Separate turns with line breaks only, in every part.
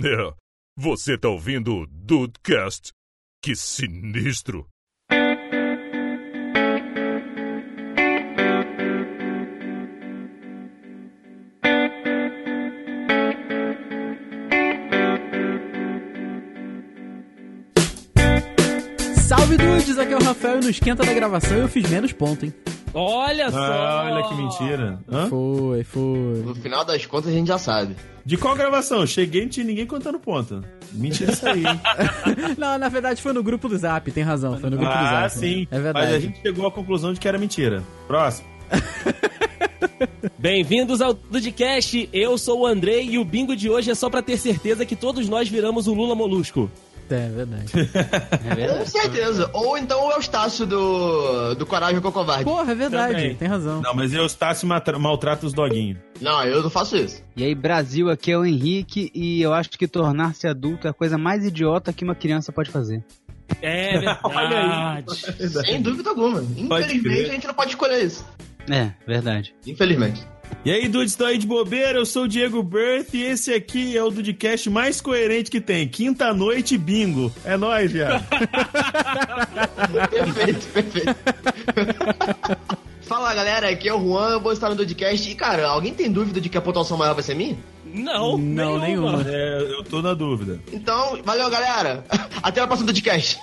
É, você tá ouvindo o Dudecast? Que sinistro!
Salve, dudes! Aqui é o Rafael e no esquenta da gravação eu fiz menos ponto, hein?
Olha só!
Olha que mentira. Hã?
Foi.
No final das contas a gente já sabe.
De qual gravação? Cheguei e não tinha ninguém contando ponto. Mentira isso aí.
Não, na verdade foi no grupo do Zap, tem razão, foi no grupo do Zap.
Ah, sim.
É verdade.
Mas a gente chegou à conclusão de que era mentira. Próximo.
Bem-vindos ao Dudecast, eu sou o Andrei e o bingo de hoje é só pra ter certeza que todos nós viramos o Lula Molusco.
É verdade.
Com certeza. Ou então o Eustácio do Coragem com o Covarde.
Porra, é verdade,
Também.
tem razão.
Não, mas eu, Estácio, maltrata os doguinhos.
Não, eu não faço isso.
E aí, Brasil, aqui é o Henrique e eu acho que tornar-se adulto é a coisa mais idiota que uma criança pode fazer.
É verdade.
Sem dúvida alguma. Infelizmente
crer.
a gente não pode escolher isso.
É, verdade.
Infelizmente.
E aí, dudes, estão aí de bobeira? Eu sou o Diego Berth e esse aqui é o Dudecast mais coerente que tem. Quinta-noite bingo. É nóis, viado.
Perfeito. Fala, galera, aqui é o Juan, eu vou estar no Dudecast. E, cara, alguém tem dúvida de que a pontuação maior vai ser minha?
Não,
nenhuma.
É, eu tô na dúvida.
Então, valeu, galera. Até a próxima Dudecast.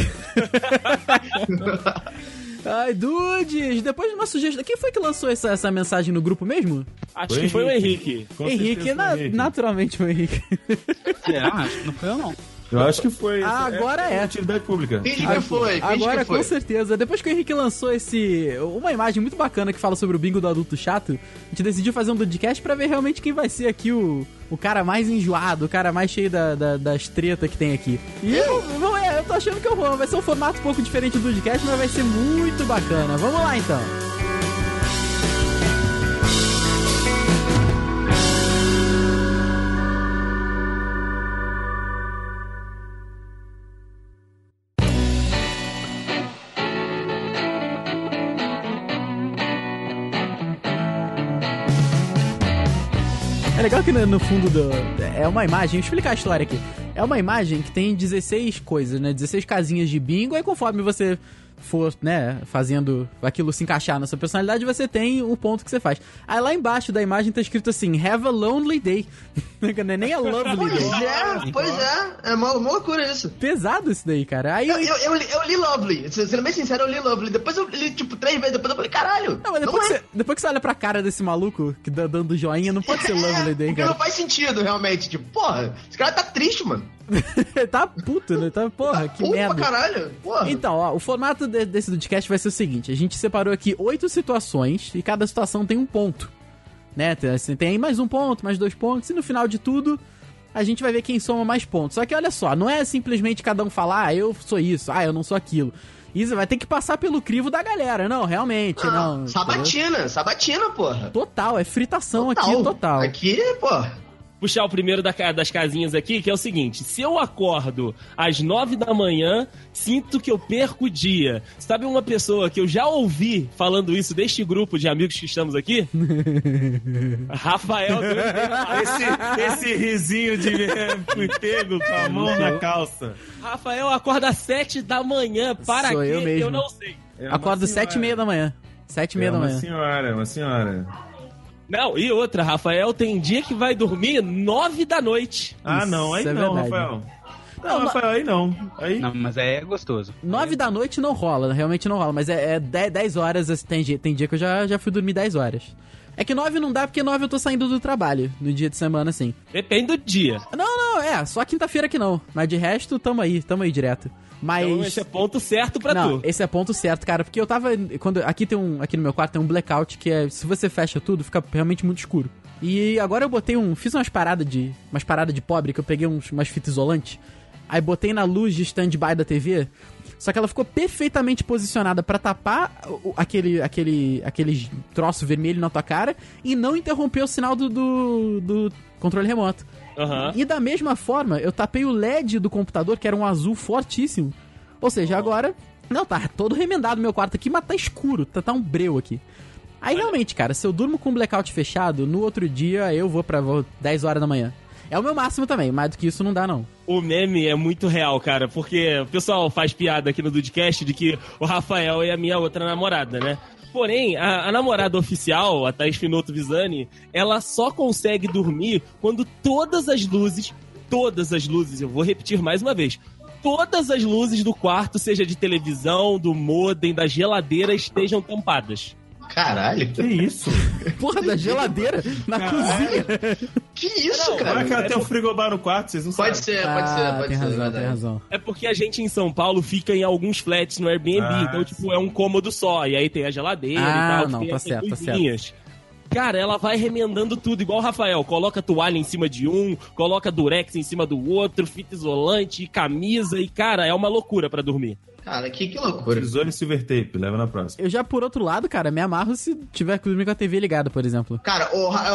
Ai, dudes, depois de uma sugestão... Quem foi que lançou essa mensagem no grupo mesmo?
Acho que foi o Henrique.
Com
Henrique,
certeza foi o Henrique.
naturalmente foi o Henrique.
Acho que não foi eu, não.
Eu acho que foi.
Ah, agora é.
Utilidade pública.
Finge que foi,
Agora, com certeza. Depois que o Henrique lançou uma imagem muito bacana que fala sobre o bingo do adulto chato, a gente decidiu fazer um podcast pra ver realmente quem vai ser aqui o cara mais enjoado, o cara mais cheio das tretas que tem aqui. E eu tô achando que vai ser um formato um pouco diferente do podcast, mas vai ser muito bacana. Vamos lá, então. É legal que no fundo é uma imagem, vou explicar a história aqui. É uma imagem que tem 16 coisas, né? 16 casinhas de bingo, aí conforme você for, né, fazendo aquilo se encaixar na sua personalidade, você tem o ponto que você faz. Aí lá embaixo da imagem tá escrito assim, have a lonely day. Não é nem a lovely day.
Pois é. É uma loucura isso.
Pesado isso daí, cara. Aí
Eu li Lovely. Sendo bem sincero, eu li Lovely. Depois eu li, 3 vezes. Depois eu falei, caralho.
Não, mas depois que você olha pra cara desse maluco que tá dando joinha, não pode ser lovely day,
porque
cara.
não faz sentido, realmente. Tipo, porra, esse cara tá triste, mano.
Tá puto, né? Porra, que
Puto
merda.
pra caralho. Porra.
Então, ó, o formato desse podcast vai ser o seguinte: a gente separou aqui 8 situações e cada situação tem um ponto, né? Tem aí mais um ponto, mais 2 pontos, e no final de tudo a gente vai ver quem soma mais pontos. Só que olha só, não é simplesmente cada um falar, eu sou isso, eu não sou aquilo. Isso vai ter que passar pelo crivo da galera, não, realmente, não.
Sabatina, porra.
Total, é fritação aqui, total.
Aqui, porra.
Puxar o primeiro das casinhas aqui, que é o seguinte: se eu acordo às 9 da manhã, sinto que eu perco o dia. Sabe uma pessoa que eu já ouvi falando isso deste grupo de amigos que estamos aqui? Rafael.
Esse risinho de pego com a mão na calça.
Rafael acorda às 7 da manhã. Para
Sou
quê?
eu mesmo.
Eu não sei.
Acordo 7h30 da manhã. 7h30 da manhã.
Uma senhora.
Não, e outra, Rafael tem dia que vai dormir 9 da noite.
Ah, não, aí
Isso é
não,
verdade.
Rafael.
Não,
Rafael, aí não. Aí...
Não, mas aí é gostoso.
9 da noite não rola, realmente não rola, mas é 10 horas, assim, tem dia que eu já fui dormir 10 horas. É que 9 não dá, porque 9 eu tô saindo do trabalho, no dia de semana, assim.
Depende do dia.
Não, só quinta-feira que não, mas de resto, tamo aí direto. Mas...
Então esse é ponto certo pra
não,
tu.
esse é ponto certo, cara, porque eu tava... Aqui no meu quarto tem um blackout, que é, se você fecha tudo, fica realmente muito escuro. E agora eu fiz umas paradas de pobre, que eu peguei umas fitas isolantes, aí botei na luz de stand-by da TV, só que ela ficou perfeitamente posicionada pra tapar aquele troço vermelho na tua cara e não interromper o sinal do controle remoto.
Uhum.
E da mesma forma, eu tapei o LED do computador, que era um azul fortíssimo. Ou seja, agora... Não, tá todo remendado meu quarto aqui, mas tá escuro, tá um breu aqui. Aí realmente, cara, se eu durmo com o blackout fechado, no outro dia eu vou 10 horas da manhã. É o meu máximo também, mais do que isso não dá, não.
O meme é muito real, cara, porque o pessoal faz piada aqui no Dudcast de que o Rafael é a minha outra namorada, né? Porém, a namorada oficial, a Thaís Finotto Visani, ela só consegue dormir quando todas as luzes, eu vou repetir mais uma vez, todas as luzes do quarto, seja de televisão, do modem, da geladeira, estejam tampadas.
Caralho.
Que isso?
Porra, da geladeira na cozinha.
Que isso, cara?
Será que ela tem um frigobar no quarto? Vocês não
Pode
sabem.
ser, pode ser.
Tem razão,
verdade.
tem razão.
É porque a gente em São Paulo fica em alguns flats no Airbnb, então, tipo, é um cômodo só. E aí tem a geladeira e tal.
Não,
tem
tá
essas
certo, tá
luzinhas. Cara, ela vai remendando tudo, igual o Rafael. Coloca toalha em cima de um, coloca durex em cima do outro, fita isolante, camisa. E, cara, é uma loucura pra dormir.
Cara, que loucura.
Tesoura e silver tape, leva na próxima.
Eu já, por outro lado, cara, me amarro se tiver que dormir com a TV ligada, por exemplo.
Cara,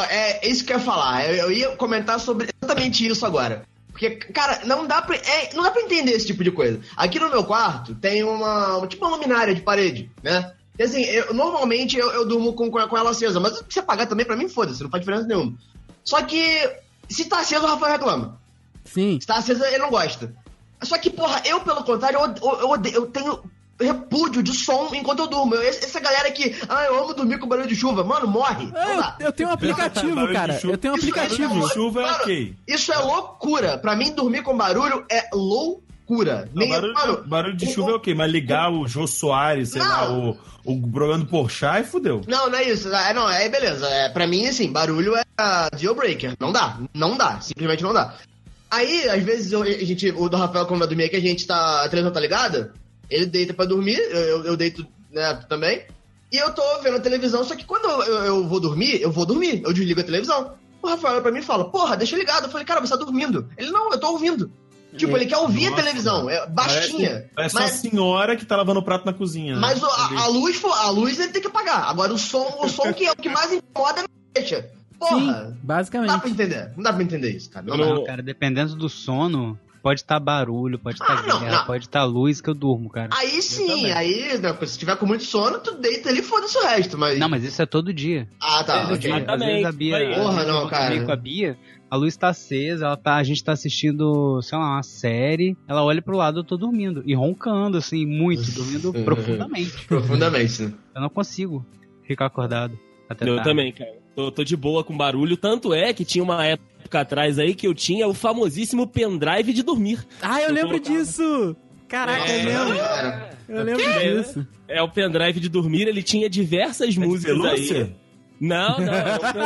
é isso que eu ia falar. Eu ia comentar sobre exatamente isso agora. Porque, cara, não dá pra entender esse tipo de coisa. Aqui no meu quarto tem uma luminária de parede, né? E assim, normalmente eu durmo com ela acesa, mas se você apagar também, pra mim, foda-se, não faz diferença nenhuma. Só que, se tá acesa, o Rafael reclama.
Sim.
Se tá acesa, ele não gosta. Só que, porra, eu, pelo contrário, eu tenho repúdio de som enquanto eu durmo. Essa galera que, eu amo dormir com barulho de chuva, mano, morre. Não dá.
Eu tenho um aplicativo,
Barulho de
cara.
chuva.
Eu tenho um
Isso
aplicativo.
Barulho de chuva é
Mano,
ok.
Isso é loucura. Pra mim, dormir com barulho é loucura.
Barulho de chuva é ok, mas ligar o Jô Soares, sei lá, o programa do Porchat, aí fudeu.
Não é isso. Aí beleza. Pra mim, assim, barulho é deal breaker. Não dá. Simplesmente não dá. Aí, às vezes, o do Rafael, como vai dormir aqui, a televisão tá ligada, ele deita pra dormir, eu deito, né, também, e eu tô vendo a televisão, só que quando eu vou dormir, eu desligo a televisão. O Rafael olha pra mim e fala, porra, deixa ligado. Eu falei, cara, você tá dormindo. Ele, não, eu tô ouvindo. Tipo, ele quer ouvir a televisão, é baixinha.
Parece uma senhora que tá lavando o prato na cozinha. Né?
Mas a luz ele tem que apagar. Agora o som que é o que mais incomoda, não deixa. Porra,
Sim, basicamente.
Não dá pra entender. Não dá pra entender isso, cara.
Não, cara, dependendo do sono, pode estar barulho, pode estar guerra, pode estar luz que eu durmo, cara.
Aí sim, né, se tiver com muito sono, tu deita ali e foda-se o resto, mas...
Não, mas isso é todo dia.
Ah, tá.
Às vezes a Bia...
Porra, não,
eu vou
cara.
dormir com a Bia, a luz tá acesa, a gente tá assistindo, sei lá, uma série, ela olha pro lado, eu tô dormindo, e roncando, assim, muito, dormindo profundamente.
Profundamente, né?
Eu não consigo ficar acordado até
Eu
tarde.
também, cara. Tô de boa com barulho, tanto é que tinha uma época atrás aí que eu tinha o famosíssimo pendrive de dormir.
Eu lembro disso! Caraca, eu lembro.
Cara.
Eu lembro disso.
É o pendrive de dormir, ele tinha diversas músicas aí. Não, é um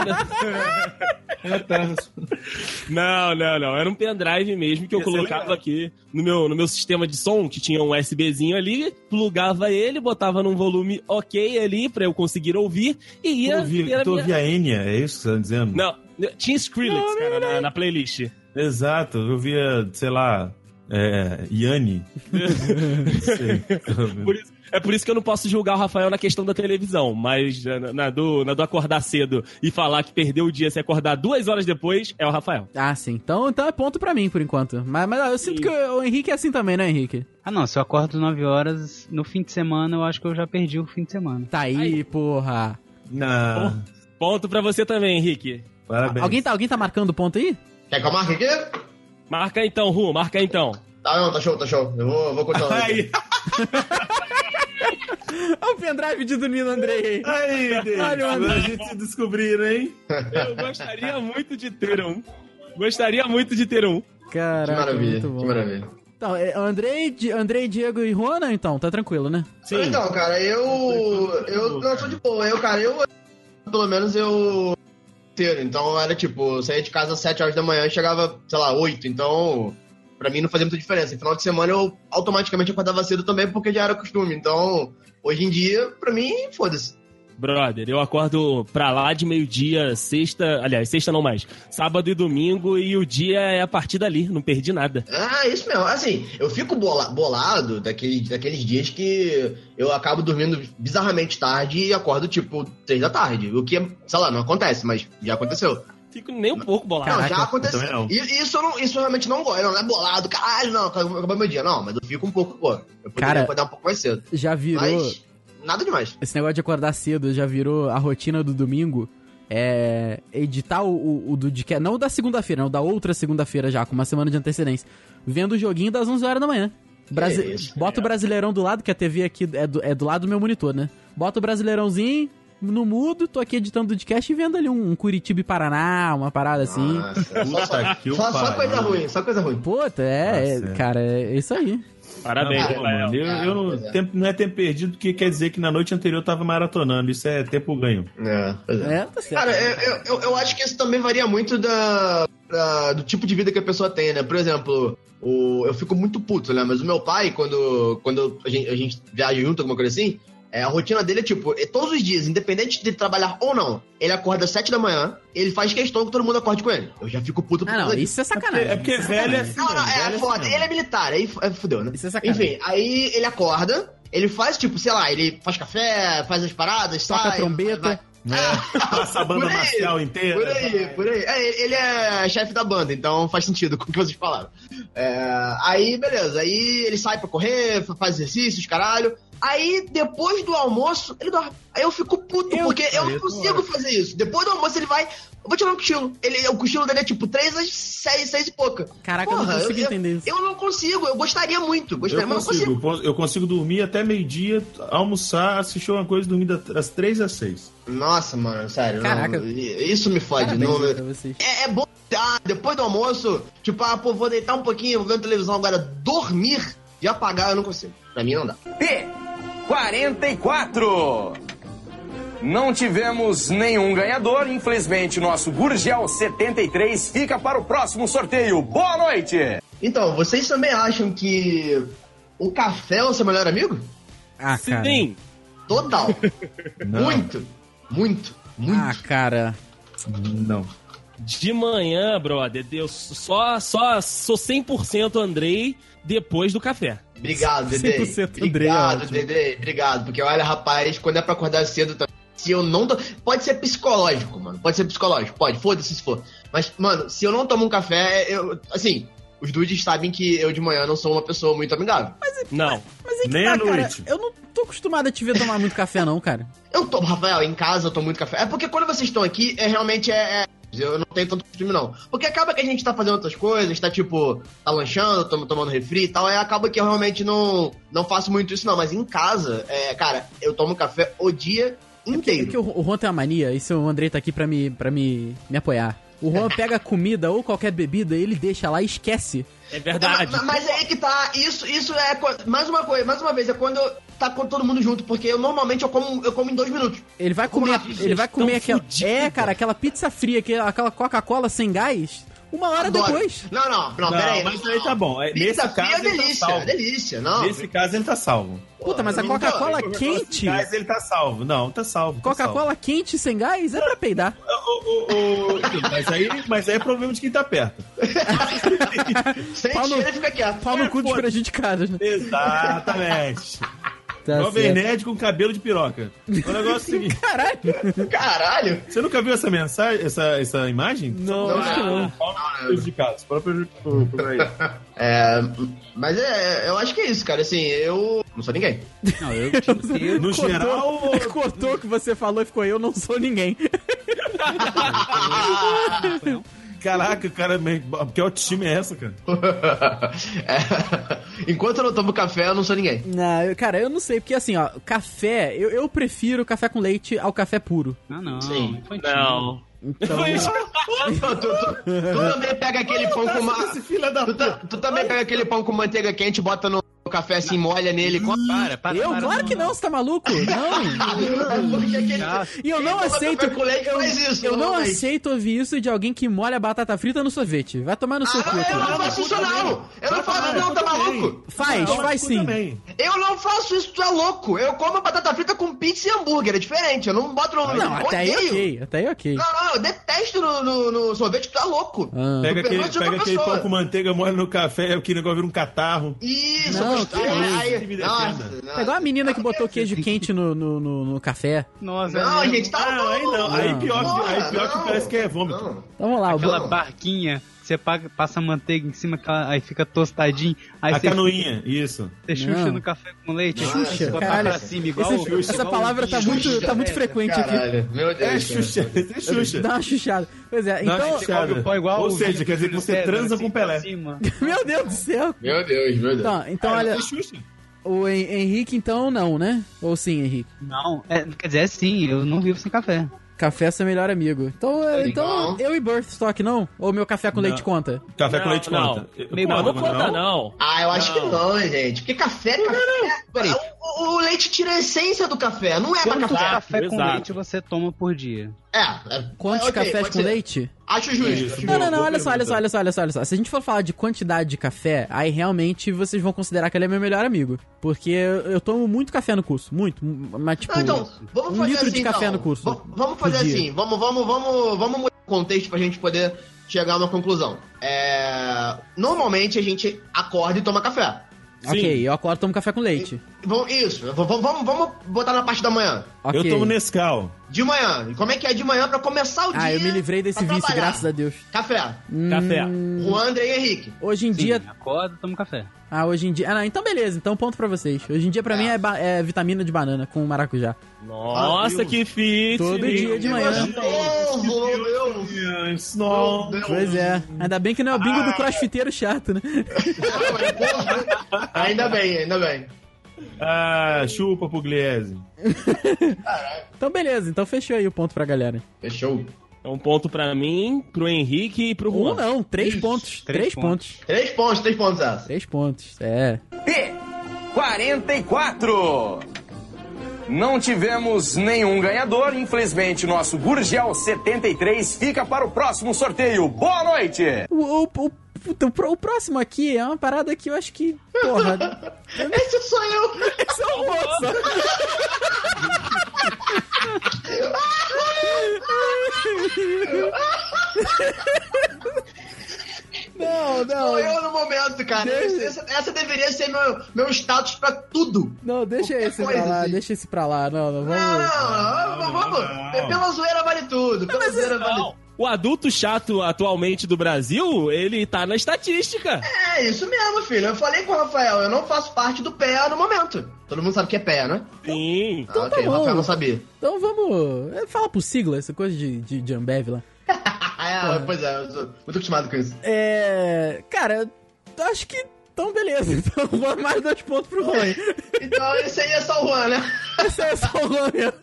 pendrive. Não. Era um pendrive mesmo que eu colocava aqui no meu sistema de som, que tinha um USBzinho ali, plugava ele, botava num volume ok ali pra eu conseguir ouvir e ia...
Tu ouvia Enya, é isso que você tá dizendo?
Não, tinha Skrillex, cara, na playlist.
Exato, eu via, sei lá, Yanni.
Por isso que eu não posso julgar o Rafael na questão da televisão, mas na do acordar cedo e falar que perdeu o dia se acordar 2 horas depois, é o Rafael.
Ah, sim. Então é ponto pra mim, por enquanto. Mas eu sinto que o Henrique é assim também, né, Henrique?
Ah, não, se eu acordo 9 horas no fim de semana, eu acho que eu já perdi o fim de semana.
Tá aí, porra.
Não.
Ponto pra você também, Henrique.
Parabéns.
Alguém tá marcando ponto aí?
Quer que eu marque aqui?
Marca então, Ru, marca então.
Tá show. Eu vou continuar.
Aí,
Olha o pendrive de dormir no Andrei aí.
aí, Deus.
Olha o André.
A gente se descobriram, hein?
Eu gostaria muito de ter um.
Caraca,
Que maravilha,
muito bom.
que maravilha.
Então, Andrei, Diego e Juana, então, tá tranquilo, né?
Sim.
Então, cara, eu não sou de boa. Pelo menos eu inteiro. Então era tipo, eu saía de casa às 7 horas da manhã e chegava, sei lá, 8. Então, pra mim não fazia muita diferença. No final de semana eu automaticamente acordava cedo também porque já era costume. Então, hoje em dia, pra mim, foda-se.
Brother, eu acordo pra lá de meio-dia, sexta não mais, sábado e domingo, e o dia é a partir dali, não perdi nada.
Ah, isso mesmo. Assim, eu fico bolado daqueles dias que eu acabo dormindo bizarramente tarde e acordo, tipo, 3 da tarde. O que, sei lá, não acontece, mas já aconteceu.
Fico nem um pouco bolado.
Não,
Caraca,
já aconteceu.
não.
E isso eu realmente não gosto. Não é bolado, caralho, não, acabou meu dia. Não, mas eu fico um pouco, pô. Eu poderia acordar um pouco mais cedo.
Já virou...
Mas nada demais.
Esse negócio de acordar cedo já virou a rotina do domingo. editar o Dudcast, não o da segunda-feira, não, o da outra segunda-feira já, com uma semana de antecedência, vendo o joguinho das 11 horas da manhã. Bota o Brasileirão do lado, que a TV aqui é do lado do meu monitor, né? Bota o Brasileirãozinho no mudo, tô aqui editando o podcast e vendo ali um Curitiba e Paraná, uma parada assim.
Só coisa ruim.
Puta, cara, é isso aí.
Parabéns,
mano. Não é tempo perdido, porque quer dizer que na noite anterior eu tava maratonando. Isso é tempo ganho.
Tá certo.
Cara, eu acho que isso também varia muito do tipo de vida que a pessoa tem, né? Por exemplo, eu fico muito puto, né? Mas o meu pai, quando a gente viaja junto, alguma coisa assim, a rotina dele é tipo, todos os dias, independente de trabalhar ou não, ele acorda às 7 da manhã, ele faz questão que todo mundo acorde com ele. Eu já fico puto por causa disso.
Isso é sacanagem.
É porque velho é assim.
É foda. Ele é militar, aí fudeu, né?
Isso é sacanagem.
Enfim, aí ele acorda, ele faz, tipo, sei lá, ele faz café, faz as paradas,
toca a trombeta.
Passa a banda marcial inteira.
Por aí. Ele é chefe da banda, então faz sentido com o que vocês falaram. Aí, beleza. Aí ele sai pra correr, faz exercícios, caralho. Aí, depois do almoço, ele dorme. Aí eu fico puto, porque eu não consigo fazer isso. Depois do almoço, ele vai... Eu vou tirar um cochilo. O cochilo dele é tipo 3 às 6 e pouca.
Caraca, eu não consigo entender isso.
Eu não consigo. Eu gostaria muito. Mas eu não consigo.
Eu consigo dormir até meio-dia, almoçar, assistir uma coisa e dormir das 3 às 6.
Nossa, mano, sério.
Caraca.
Não, isso me fode. É bom. Depois do almoço, tipo, vou deitar um pouquinho, vou ver televisão. Agora, dormir e apagar, eu não consigo. Pra mim, não dá.
P44. Não tivemos nenhum ganhador. Infelizmente, nosso Gurgel 73 fica para o próximo sorteio. Boa noite!
Então, vocês também acham que o café é o seu melhor amigo?
Cara.
Sim.
Total. Muito.
Ah, cara.
Não.
De manhã, brother, eu só sou 100% Andrei depois do café.
Obrigado, Dedê.
100% Andrei,
Dedê. Obrigado. Porque, olha, rapaz, quando é pra acordar cedo também, se eu não... Pode ser psicológico, mano. Pode. Foda-se se for. Mas, mano, se eu não tomo um café, assim... Os dudes sabem que eu de manhã não sou uma pessoa muito amigável.
Não.
Mas é que
Nem
tá,
à
cara.
noite.
Eu não tô acostumado a te ver tomar muito café, não, cara.
Eu tomo, Rafael, em casa eu tomo muito café. É porque quando vocês estão aqui, realmente eu não tenho tanto costume, não. Porque acaba que a gente tá fazendo outras coisas, tá tipo, tá lanchando, tomando refri e tal, aí acaba que eu realmente não faço muito isso, não. Mas em casa, cara, eu tomo café o dia inteiro.
Porque o Juan tem uma mania, isso o Andrei tá aqui pra me apoiar. O Juan pega comida ou qualquer bebida e ele deixa lá e esquece.
É verdade.
Mas é aí que tá, isso é, mais uma vez, é quando tá com todo mundo junto, porque eu normalmente eu como em 2 minutos.
Ele vai comer aquela... aquela pizza fria, aquela Coca-Cola sem gás, 1 hora
Adoro.
depois.
Não, peraí.
Mas aí tá bom.
Pizza
Nesse caso,
fria é delícia, não.
Nesse caso, ele tá salvo.
Puta, mas a Coca-Cola quente...
Mas ele tá salvo. Não, tá salvo.
Coca-Cola quente sem gás é pra peidar.
Mas aí é problema de quem tá perto.
Sem cheiro, fica quieto.
Pau no cu dos prejudicados, né?
Exatamente.
Tá
Jovem Nerd com cabelo de piroca. O negócio é o seguinte.
Caralho!
Você nunca viu essa mensagem, essa imagem?
Não, acho que não.
Prejudicados.
Mas eu acho que é isso, cara. Assim, eu não sou ninguém.
Não,
No geral...
Cortou o que você falou e ficou eu não sou ninguém.
Caraca, cara, que autoestima é essa, cara?
Enquanto eu não tomo café, eu não sou ninguém.
Não, cara, eu não sei, porque assim, ó, café, eu prefiro café com leite ao café puro.
Não.
Sim.
Não.
Então,
Tu também pega aquele pão com Tu também pega aquele pão com manteiga quente, bota no café assim, molha nele.
Claro que não, você tá maluco? Não. E eu não aceito. Eu não aceito ouvir isso de alguém que molha batata frita no sorvete. Vai tomar no seu cu.
Eu não faço isso, não. Eu não faço, não, tá maluco?
Faz sim.
Eu não faço isso, tu é louco. Eu como batata frita com pizza e hambúrguer, é diferente. Eu não boto no.
Não, até aí ok.
Não, eu detesto no sorvete, tu é louco.
Pega aquele pão com manteiga, molha no café, aquele negócio vira um catarro.
Isso,
Não,
nossa,
é igual a menina que botou queijo quente no café.
Nossa,
não, gente, tá
Aí pior que parece que é vômito.
Vamos lá,
aquela barquinha você passa manteiga em cima, aí fica tostadinho. Aí
A canoinha, isso.
Você xuxa
Não.
no café com leite.
Xuxa,
botar
caralho.
pra cima, igual
Essa palavra tá muito frequente aqui.
Caralho, meu Deus.
É Xuxa, é Xuxa.
Dá uma chuchada. Pois é,
Dá uma
então...
chuchada.
Pô, igual
Ou
o
seja,
vídeo
quer dizer que
do
você
César,
transa
assim,
com o Pelé.
pra cima.
Meu Deus do céu.
Meu Deus, meu Deus.
Então olha...
É Xuxa.
O Henrique, então, não, né? Ou sim, Henrique?
Não, quer dizer, sim, eu não vivo sem café.
Café é seu melhor amigo. Então eu e Birthstock, não? Ou meu café com
Não.
leite conta?
Café com
Não,
leite
não.
conta.
Não conta, não.
Ah, eu acho que não, gente. Porque café.
Peraí.
O leite tira a essência do café. Não é pra
Quanto
café.
café com
Exato.
leite você toma por dia?
Quantos
ok,
cafés
pode
com
ser.
leite?
Acho justo.
Isso.
Acho
Não,
justo.
olha só. Se a gente for falar de quantidade de café, aí realmente vocês vão considerar que ele é meu melhor amigo. Porque eu tomo muito café no curso, muito. Mas tipo,
Não, então, vamos
um
fazer
litro
assim,
de café
então.
no curso.
Vamos fazer
por dia.
assim. Vamos mudar o contexto pra gente poder chegar a uma conclusão. Normalmente a gente acorda e toma café.
Ok, eu acordo e tomo café com leite.
Isso. Vamos botar na parte da manhã.
Ok.
Eu tomo Nescau.
De manhã. E como é que é de manhã pra começar o dia?
Ah, eu me livrei desse
pra
vício,
trabalhar?
graças a Deus.
Café.
Café.
Juan, André e Henrique.
Hoje em
Sim,
dia.
acordo, tomo café.
Hoje em dia. Ah, não, então beleza, então ponto pra vocês. Hoje em dia pra mim é vitamina de banana com maracujá.
Nossa, que fit.
Todo dia de manhã.
Gostoso, meu Deus.
Não.
Pois é. Ainda bem que não é o bingo do crossfiteiro chato, né?
Ainda bem.
Ah, chupa, Pugliese.
Então beleza, então fechou aí o ponto pra galera.
Fechou.
É um ponto pra mim, pro Henrique e pro Juan.
Não, 3 pontos. 3 pontos.
3 pontos essa.
3 pontos, é.
P44. Não tivemos nenhum ganhador. Infelizmente, nosso Gurgel 73 fica para o próximo sorteio. Boa noite!
O próximo aqui é uma parada que eu acho que. Porra.
Esse sou eu.
Esse é o moço. Não.
Sou eu no momento, cara. Essa deveria ser meu status pra tudo.
Não, deixa
Qualquer
esse
coisa,
pra lá,
assim.
deixa esse pra lá. Não, vamos.
Vamos. Pela zoeira vale tudo. Pela zoeira vale tudo.
O adulto chato atualmente do Brasil, ele tá na estatística.
É isso mesmo, filho. Eu falei com o Rafael, eu não faço parte do PEA no momento. Todo mundo sabe que é PEA, né?
Sim.
Então tá
Ok, o
bom.
Rafael não sabia.
Então vamos. Fala por sigla, essa coisa de Ambev lá.
Pois é, eu sou muito acostumado com isso.
Cara, eu acho que. Então, beleza. Então, vamos mais 2 pontos pro Juan.
Então, esse aí é só o Juan, né?
Esse é só o Juan mesmo.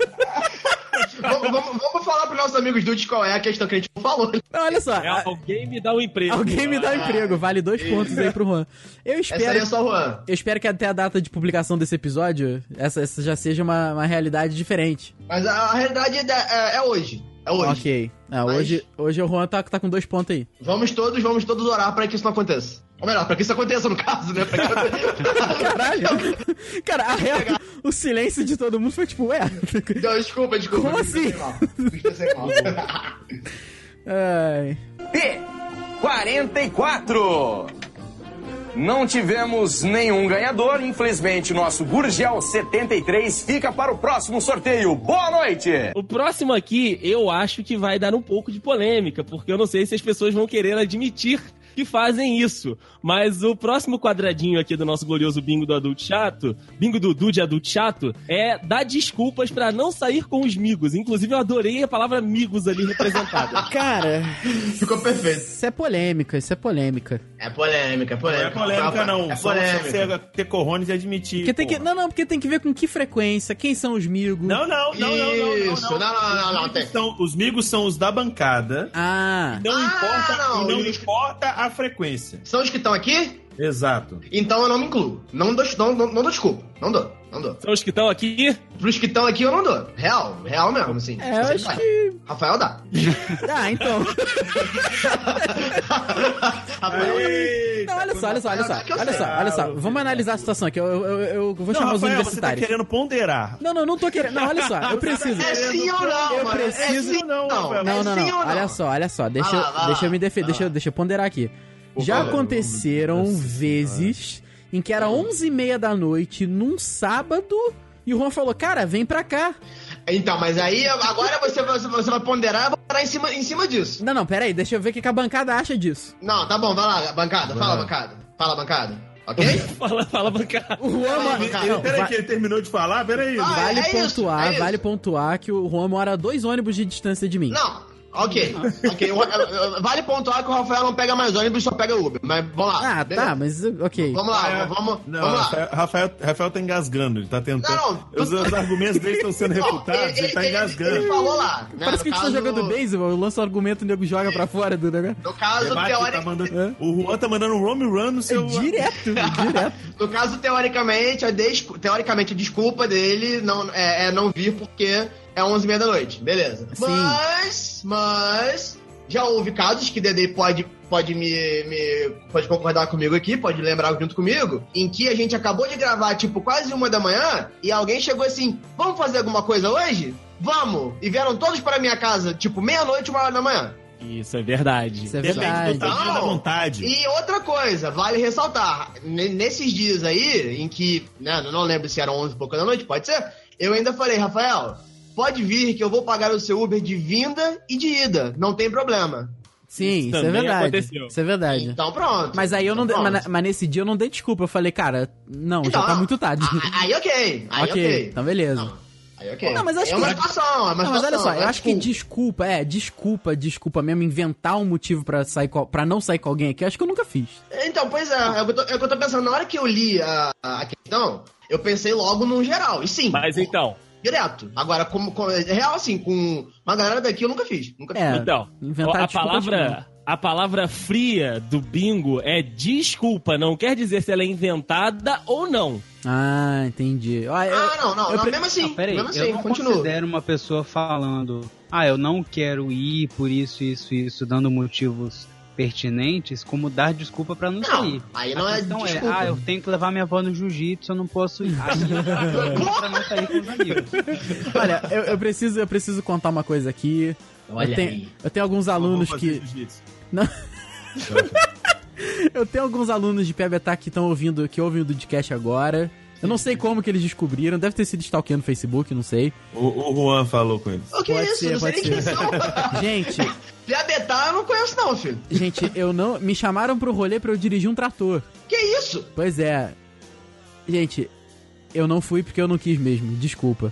Vamos falar pros nossos amigos dudes qual é a questão que a gente não falou.
Não, olha só.
Alguém me dá um emprego.
Alguém me dá um emprego. Vale 2 pontos aí pro Juan. Eu
Essa aí
espero.
é só o Juan.
Eu espero que até a data de publicação desse episódio, essa já seja uma realidade diferente.
Mas a realidade é hoje. É hoje.
Ok.
Mas-
Hoje o Juan tá com 2 pontos aí.
Vamos todos orar pra que isso não aconteça. Ou melhor, pra que isso aconteça no caso, né? Pra que...
Caralho! Cara, a real, o silêncio de todo mundo foi tipo, ué.
Não, desculpa.
Como assim?
Me expressei mal.
Ai.
P44. Não tivemos nenhum ganhador. Infelizmente, nosso Gurgel 73 fica para o próximo sorteio. Boa noite!
O próximo aqui, eu acho que vai dar um pouco de polêmica, porque eu não sei se as pessoas vão querer admitir que fazem isso. Mas o próximo quadradinho aqui do nosso glorioso bingo do adulto chato, bingo do Dude adulto chato, é dar desculpas pra não sair com os migos. Inclusive, eu adorei a palavra migos ali representada.
Cara,
Ficou perfeito.
isso é polêmica.
É polêmica.
Não é polêmica, não.
É
Só
polêmica.
você ter corrones e admitir.
Porque tem que,
porra.
porque tem que ver com que frequência, quem são os migos.
Não.
Isso, não, tem.
Os migos são os da bancada.
Ah,
Não importa,
não,
não
os-
importa a frequência.
São os que estão aqui?
Exato.
Então eu não me incluo. Não dou desculpa. Não dou.
São os que estão aqui.
Pros que estão aqui eu não dou. Real mesmo, assim.
eu
Você
acho
vai.
que...
Rafael dá.
Ah, então...
Rafael
Não, olha só. Vamos analisar a situação aqui. Eu vou chamar os
Rafael, você tá
universitários.
querendo ponderar.
Não tô querendo. Não, olha só, eu preciso.
É sim ou não,
Eu
mano?
preciso-
É sim ou não?
Não,
Não.
É sim ou
Olha só. Deixa eu me defender. Deixa eu ponderar aqui. Já
favor.
aconteceram vezes em que era 11h30 da noite, num sábado, e o Juan falou, cara, vem pra cá.
Então, mas aí agora você vai ponderar, eu vou parar em cima disso.
Não, pera aí, deixa eu ver o que a bancada acha disso.
Não, tá bom, vai lá, bancada, fala, bancada. Ok?
Fala, bancada.
O Juan...
Peraí que ele terminou de falar, peraí.
Vale pontuar que o Juan mora a 2 ônibus de distância de mim.
Não, ok. Vale pontuar que o Rafael não pega mais ônibus, só pega Uber. Mas vamos lá.
Tá, mas ok.
Vamos lá, vamos lá.
Rafael tá engasgando, ele tá tentando. Os argumentos dele estão sendo refutados, ele tá engasgando.
Ele falou lá. Né,
parece que a gente tá jogando beisebol, eu lanço o argumento e o nego joga pra fora do negócio.
No caso, teoricamente...
O Juan tá mandando um home run no seu...
Direto.
No caso, teoricamente, a desculpa dele é não vir porque é 11h30 da noite. Beleza.
Sim.
Mas já houve casos que Dedê pode concordar comigo aqui, pode lembrar junto comigo, em que a gente acabou de gravar, tipo, quase 1 da manhã, e alguém chegou assim, vamos fazer alguma coisa hoje? Vamos! E vieram todos para minha casa, tipo, meia-noite, 1h da manhã.
Isso é verdade.
Depende do tamanho da vontade.
E outra coisa, vale ressaltar, nesses dias aí, em que, né, não lembro se eram 11 e pouco da noite, pode ser, eu ainda falei, Rafael, pode vir que eu vou pagar o seu Uber de vinda e de ida, não tem problema.
Sim, isso é verdade.
Aconteceu.
Isso é verdade.
Então pronto.
Mas aí eu não mas nesse dia eu não dei desculpa. Eu falei, cara, não,
então,
já tá muito tarde.
Aí ok.
Então beleza.
Não, aí ok.
Não, mas acho
uma situação,
mas olha só, eu acho que desculpa mesmo, inventar um motivo pra não sair com alguém aqui, eu acho que eu nunca fiz.
Então, pois é o que eu tô pensando. Na hora que eu li a questão, eu pensei logo no geral. E sim.
Mas então...
Direto. Agora, real assim, com uma galera daqui eu nunca fiz.
Então, a palavra fria do bingo é desculpa, não quer dizer se ela é inventada ou não.
Ah, entendi.
Não, mesmo assim.
Peraí,
mesmo assim,
eu não considero uma pessoa falando, eu não quero ir por isso, dando motivos pertinentes, como dar desculpa pra não sair.
Aí não é desculpa.
Eu tenho que levar minha avó no jiu-jitsu, eu não posso ir. Pra não sair com os amigos.
Olha, eu preciso contar uma coisa aqui. Eu tenho alguns alunos que... Não. Eu tenho alguns alunos de PBTA que ouvem o podcast agora. Eu não sei como que eles descobriram, deve ter sido stalkeando no Facebook, não sei.
O Juan falou com eles.
O que é isso? Não sei nem quem são.
Gente...
PBTA eu não conheço não, filho.
Gente, me chamaram pro rolê pra eu dirigir um trator.
Que isso?
Pois é. Gente, eu não fui porque eu não quis mesmo, desculpa.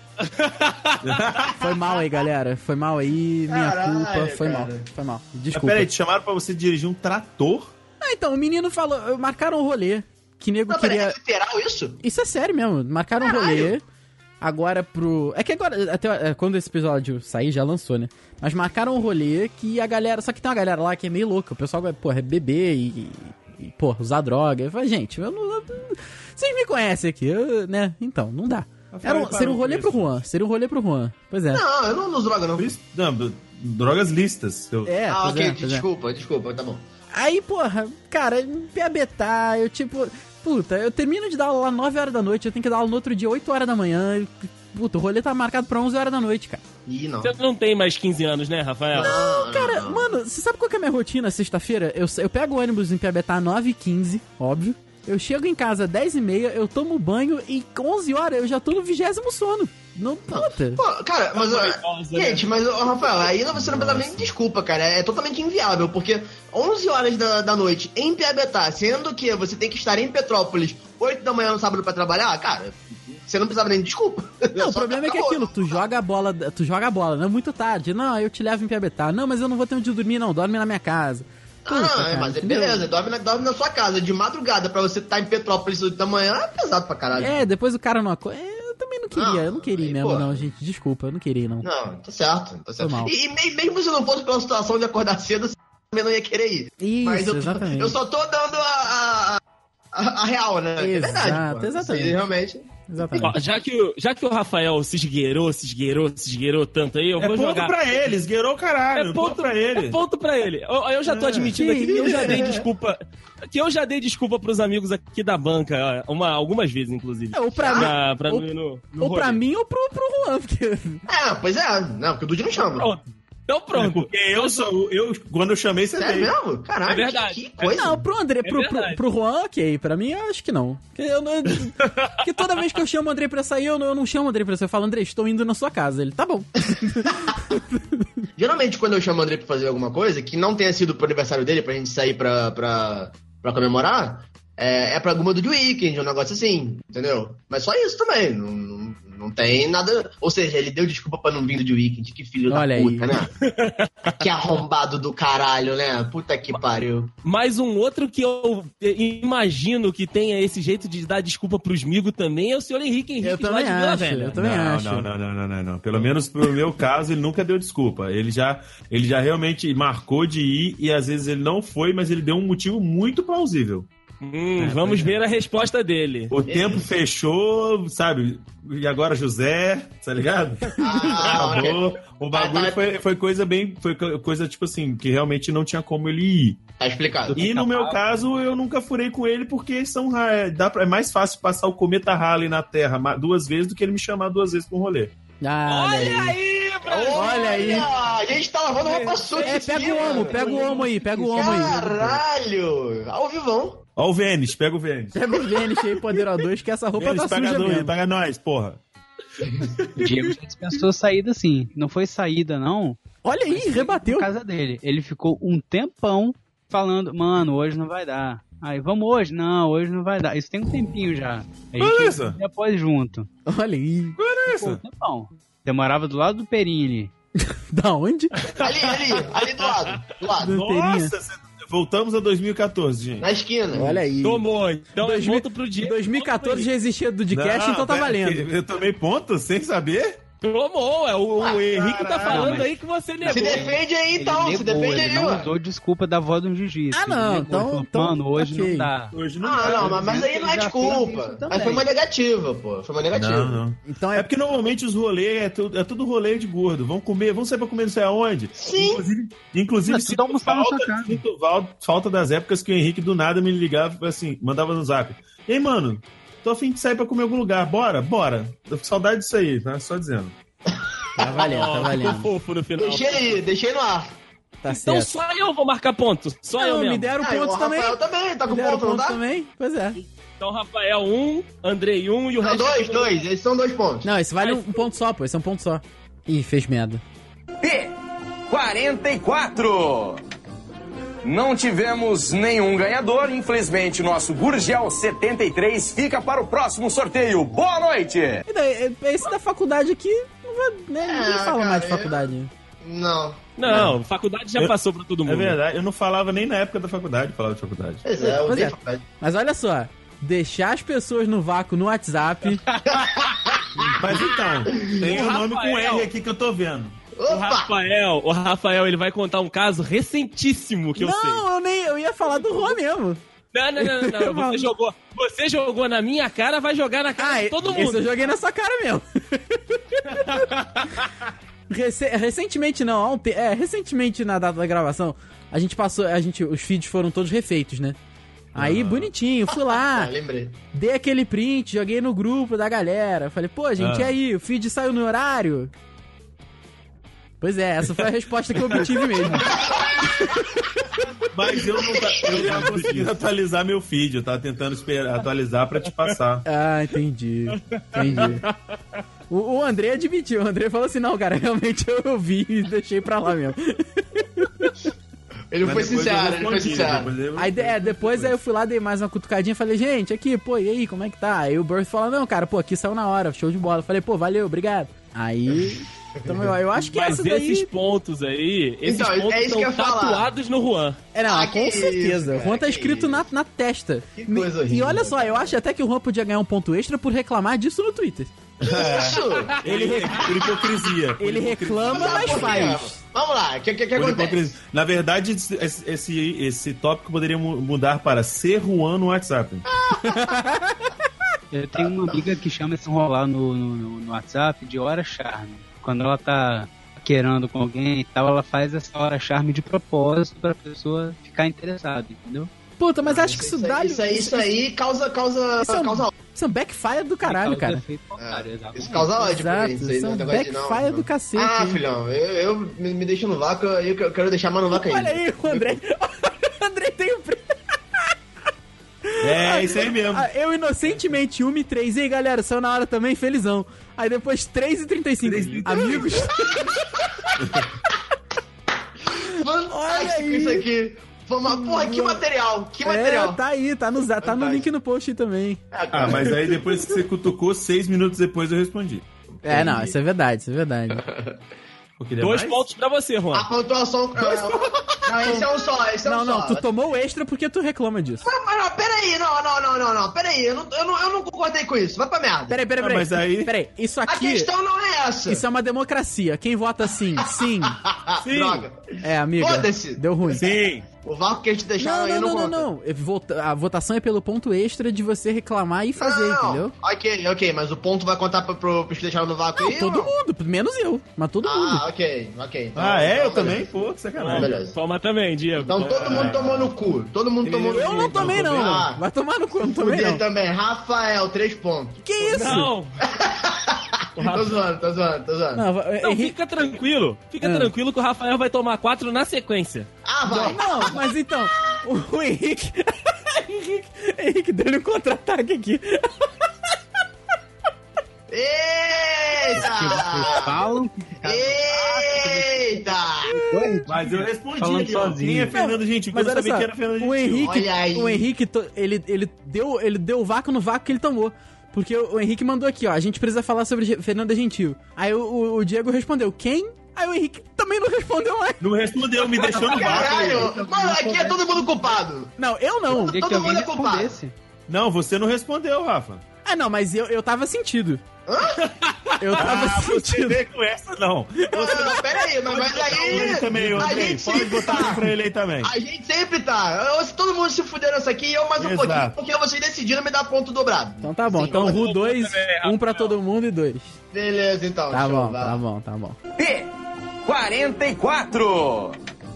Foi mal aí, galera. Foi mal aí, minha culpa. Foi mal. Desculpa.
Mas peraí, te chamaram pra você dirigir um trator?
Então, o menino falou, marcaram um rolê. Que nego queria...
É literal isso?
Isso é sério mesmo, marcaram um rolê. Agora pro... É que agora, até quando esse episódio sair, já lançou, né? Mas marcaram um rolê que a galera... Só que tem uma galera lá que é meio louca. O pessoal vai, beber e usar droga. Eu falei, gente, eu não... Vocês me conhecem aqui, né? Então, não dá. Seria um rolê pro Juan. Pois é.
Não, eu não uso droga, não.
Não, drogas listas.
Ok, desculpa, tá bom.
Aí, porra, cara, PBTA, eu tipo... Puta, eu termino de dar aula lá 9 horas da noite, eu tenho que dar aula no outro dia 8 horas da manhã. Puta, o rolê tá marcado pra 11 horas da noite, cara.
Ih, não.
Você não tem mais 15 anos, né, Rafael?
Não, cara, mano, você sabe qual que é a minha rotina sexta-feira? Eu pego o ônibus em PBTA 9h15, óbvio. Eu chego em casa 10h30, eu tomo banho e 11 horas eu já tô no 20º sono. Não, puta.
Pô, cara, mas... gente, mas, Rafael, aí você não precisa nem de desculpa, cara. É totalmente inviável, porque 11 horas da noite em PBTA, sendo que você tem que estar em Petrópolis 8 da manhã no sábado pra trabalhar, cara, você não precisava nem de desculpa.
Não, o problema é que aquilo, tu joga a bola, não é muito tarde. Não, eu te levo em PBTA. Não, mas eu não vou ter onde dormir, não. Dorme na minha casa. Puta,
mas beleza, dorme na sua casa de madrugada pra você estar em Petrópolis 8 da manhã é pesado pra caralho.
Depois o cara não acorda. Eu também não queria, eu não queria mesmo,
porra.
não, gente. Desculpa, eu não queria, não.
Não, tá certo. E mesmo se não fosse pela situação de acordar cedo, você também não ia querer ir.
Isso,
mas
exatamente.
Eu só tô dando a real, né?
Exato,
é verdade. Pô.
Exatamente.
Você realmente...
Exatamente.
Ó, já que o Rafael se esgueirou tanto aí, eu vou jogar...
É ponto pra ele, esgueirou o caralho.
É ponto pra ele. É ponto pra ele. Eu já tô admitindo aqui que eu já dei desculpa... Que eu já dei desculpa pros amigos aqui da banca, algumas vezes, inclusive.
Ou pra mim ou pro Juan, porque...
pois é. Não, porque o Dude não chama.
Então pronto.
Porque quando eu chamei, você
Sério
veio.
mesmo? Caralho,
É verdade.
que coisa.
Não, pro André,
verdade.
pro Juan, ok. Pra mim, eu acho que não. Porque toda vez que eu chamo o André pra sair, eu não chamo o André pra sair. Eu falo, André, estou indo na sua casa. Ele, tá bom.
Geralmente, quando eu chamo o André pra fazer alguma coisa, que não tenha sido pro aniversário dele, pra gente sair pra comemorar, é pra alguma do Weekend, um negócio assim, entendeu? Mas só isso também, não tem nada... Ou seja, ele deu desculpa pra não vir do Weekend, que filho
Olha
da puta,
aí.
né? Que arrombado do caralho, né? Puta que pariu.
Mais um outro que eu imagino que tenha esse jeito de dar desculpa pros amigos também é o senhor Henrique
Eu
lá
também
de Vila
acho,
Velha.
eu também acho.
Não. Pelo menos pro meu caso, ele nunca deu desculpa. Ele já realmente marcou de ir e às vezes ele não foi, mas ele deu um motivo muito plausível.
Vamos ver a resposta dele.
O tempo fechou, sabe? E agora José, tá ligado? Acabou.
ok.
O bagulho foi coisa foi coisa tipo assim, que realmente não tinha como ele ir.
Tá explicado.
E no meu caso, eu nunca furei com ele porque é mais fácil passar o cometa Halley na Terra 2 vezes do que ele me chamar 2 vezes pra um rolê.
Ah, olha aí. Olha aí.
A gente tá lavando roupa suja.
Pega o homo aí.
Caralho! Ao vivão.
Ó o Vênis, pega o Vênis.
Pega o Vênis aí, Poderoso 2, que essa roupa
Vênis,
tá suja mesmo.
paga nós, porra.
O Diego já dispensou saída sim. Não foi saída, não.
Olha aí, rebateu.
Na casa dele. Ele ficou um tempão falando, mano, hoje não vai dar. Aí, vamos hoje? Não, hoje não vai dar. Isso tem um tempinho já. A
Beleza.
gente depois junto.
Olha aí.
Ficou um tempão. Demorava do lado do Perinho ali.
Da onde?
Ali do lado. Do lado.
Nossa, voltamos a 2014, gente.
Na esquina.
Olha aí.
Tomou. Então
2000
volta pro dia.
2014 já existia do Dcast, então tá
pera,
valendo.
Eu tomei ponto sem saber?
Tomou. O Henrique tá
caralho,
falando
mas-
aí que você negou.
Se defende aí, então.
Ele
Se
negou,
defende
ele
aí,
não
ó.
usou desculpa da avó do jiu-jitsu.
Ah, não,
Ele negou,
então-
falou,
então,
mano, hoje
ok.
não dá.
Hoje não
Ah, não, mas aí não é
Já fez
desculpa.
isso também.
Mas foi uma negativa, pô. Foi uma negativa.
Não.
Então
É porque normalmente os rolês é tudo rolê de gordo. Vamos sair pra comer não sei aonde.
Sim.
Inclusive
Mas tudo almoçar na sua casa.
sinto falta das épocas que o Henrique do nada me ligava assim, mandava no zap. E aí, mano, tô a fim de sair pra comer em algum lugar. Bora? Tô com saudade disso aí, tá? Só dizendo.
Tá valendo, tá
Ficou
valendo.
fofo no final.
Deixei no ar.
Tá
Então
certo.
só eu vou marcar ponto. Só eu
Não,
mesmo.
me deram
Ah,
ponto
o
também.
Rafael também. Tá com
Me deram
ponto, não tá?
também? Pois é.
Então Rafael 1, Andrei 1 e o
Não,
resto...
dois. Esses são 2 pontos.
Não, esse vale um ponto só, pô. Esse é um ponto só. Ih, fez merda.
P44. Não tivemos nenhum ganhador. Infelizmente, nosso Gurgel 73 fica para o próximo sorteio. Boa noite!
E daí, esse da faculdade aqui, não vai, né, ninguém fala
cara,
mais de faculdade.
Não, faculdade já passou pra todo mundo.
É verdade, eu não falava nem na época da faculdade, falava de faculdade.
Pois é, eu
Pois
dei
é.
faculdade.
Mas olha só, deixar as pessoas no vácuo no WhatsApp.
Mas então, tem
O
o nome com
Rafael.
R aqui que eu tô vendo.
Opa!
O Rafael, ele vai contar um caso recentíssimo que eu sei.
Não, eu ia falar do Juan mesmo.
Não. Você jogou na minha cara, vai jogar na cara de todo
Esse
mundo.
eu joguei na sua cara mesmo. Recentemente não, recentemente na data da gravação, os feeds foram todos refeitos, né? Aí, bonitinho, fui lá,
lembrei.
dei aquele print, joguei no grupo da galera. Falei, pô, gente, e aí? O feed saiu no horário? Pois é, essa foi a resposta que eu obtive mesmo.
Mas eu não tava conseguindo atualizar meu feed, eu tava tentando atualizar pra te passar.
Ah, entendi. O André admitiu, o André falou assim, não, cara, realmente eu vi e deixei pra lá mesmo.
Ele
Mas
foi
depois
sincero,
eu
ele foi
respondi,
sincero.
Depois aí eu fui lá, dei mais uma cutucadinha, falei, gente, aqui, pô, e aí, como é que tá? Aí o Birth falou, não, cara, pô, aqui saiu na hora, show de bola. Eu falei, pô, valeu, obrigado. Aí, então eu acho que
Mas
essa daí...
esses pontos aí,
Então, é
pontos
isso que eu
estão
ia falar.
tatuados no Juan.
Não,
que
com
isso,
certeza.
cara,
O Juan tá
que
escrito na testa.
Que coisa
E
horrível.
olha só, eu acho até que o Juan podia ganhar um ponto extra por reclamar disso no Twitter.
Isso!
Por hipocrisia.
Ele reclama, mas
Sabe por quê?
faz.
Vamos lá, o que
Por
acontece?
hipocrisia. Na verdade, esse tópico poderia mudar para ser Juan no WhatsApp.
Eu tenho uma amiga que chama esse enrolar no WhatsApp de hora charme. Quando ela tá querendo com alguém e tal, ela faz essa hora charme de propósito pra pessoa ficar interessada, entendeu?
Puta, mas acho que isso dá...
Isso aí causa
Isso é um-
ódio.
Isso é um backfire do caralho, cara.
Isso causa ódio pra mim.
Exato, isso é um backfire do cacete.
Ah, filhão, eu me deixo no vácuo, eu quero deixar mais no vácuo ainda.
Olha aí, o André. O André tem o prêmio.
É, isso aí mesmo.
Eu inocentemente 1h03. E aí, galera, saiu na hora também, felizão. Aí depois 3h35. Amigos.
Fantástico isso aqui. Porra, que material, que material.
Tá aí, tá no link no post aí também.
Ah, mas aí depois que você cutucou, 6 minutos depois eu respondi.
Não, isso é verdade, isso é verdade.
2 pontos pra você, Juan.
A pontuação... Não, esse é um só, esse é um só.
Não, tu tomou o extra porque tu reclama disso.
Mas não, peraí, não, peraí, eu não concordei com isso, vai pra merda.
Peraí.
mas aí-
Peraí, isso aqui...
A questão não é essa.
Isso é uma democracia. Quem vota sim? Sim.
Droga.
Amiga.
Foda-se.
Deu ruim.
Sim.
O vácuo que eles deixaram aí não conta.
Não. A votação é pelo ponto extra de você reclamar e fazer, entendeu?
Ok, mas o ponto vai contar pros que deixaram no vácuo aí?
Todo mundo, menos eu, mas todo mundo.
Ok. Então,
Eu
beleza.
também? Pô, que sacanagem.
Beleza.
Toma também, Diego.
Então todo mundo tomou no cu. Todo mundo tomou no cu.
Eu não tomei, não.
Ah,
Vai tomar no cu, eu não tomei,
Fuder
não.
também. Rafael, 3 pontos.
Que isso?
Não.
Tô zoando.
Não, Henrique...
Fica tranquilo. Fica tranquilo que o Rafael vai tomar 4 na sequência.
Vai.
Não, mas então, o Henrique... Henrique deu-lhe um contra-ataque aqui.
Eita!
Falam.
Eita!
Mas eu respondi
Falando
ali, ó.
sozinho.
Quem é Fernando Gentil?
Mas
Eu
olha
sabia
só,
que era Fernando Gentil.
Olha aí.
o Henrique, ele deu o vácuo no vácuo que ele tomou. Porque o Henrique mandou aqui, ó, a gente precisa falar sobre Fernanda Gentil. Aí o Diego respondeu, quem? Aí o Henrique também não respondeu mais.
Não respondeu, me deixou no vácuo.
Caralho! Mano, aqui é todo mundo culpado.
Não, eu não.
Queria que
Todo
alguém
mundo é culpado.
respondesse.
Não, você não respondeu, Rafa.
Não, mas eu tava sentido. Eu tava
Você
sentindo.
vê com essa, não.
Não, peraí, mas aí...
Ele também,
a
Andrei.
gente
Pode
sempre
botar
tá.
pra ele aí também.
A gente sempre tá. Se todo mundo se fuder nessa aqui, eu mais um
Exato.
pouquinho, porque vocês decidiram me dar ponto dobrado.
Então tá bom.
Sim,
Então,
vamos-
Ru 2, 1 pra todo mundo e 2.
Beleza, então.
Tá
show,
bom,
vai.
tá bom.
P44.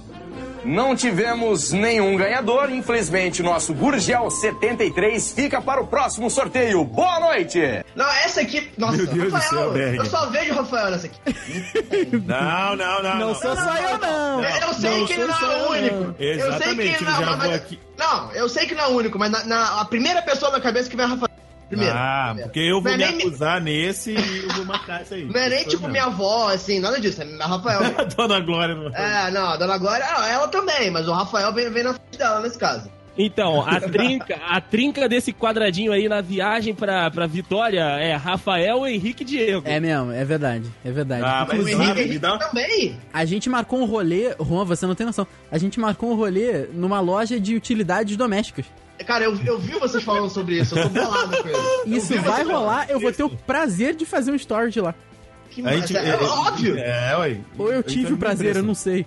Não tivemos nenhum ganhador. Infelizmente, nosso Gurgel 73 fica para o próximo sorteio. Boa noite!
Não, essa aqui... Nossa,
Meu Deus do
Rafael,
céu, Berg.
eu só vejo o Rafael nessa aqui.
Não.
Não sou só eu, não.
Eu sei que ele não é o único. Eu sei que
Exatamente,
ele
eu já
não,
vou
mas...
aqui.
Não, eu sei que não é o único, mas a primeira pessoa na cabeça que vem é o Rafael. Primeiro.
Porque eu vou
Não é
me
nem-
acusar nesse e eu vou marcar isso aí.
Não é nem tipo minha avó, assim, nada disso. É a Rafael.
Dona Glória. Não.
Não, a Dona Glória, ela também, mas o Rafael vem na frente dela nesse caso.
Então, a trinca desse quadradinho aí na viagem pra Vitória é Rafael, Henrique e Diego.
É mesmo, é verdade.
Ah, mas
O
Inclusive,
Rafa, me
Henrique
dá-
também.
a gente marcou um rolê... Juan, você não tem noção. A gente marcou um rolê numa loja de utilidades domésticas.
Cara, eu vi vocês falando sobre isso, eu tô bolado com isso.
Isso vai rolar, eu vou ter o prazer de fazer um story de lá.
Que
A gente,
é óbvio.
ué.
Ou eu tive o prazer, eu não sei.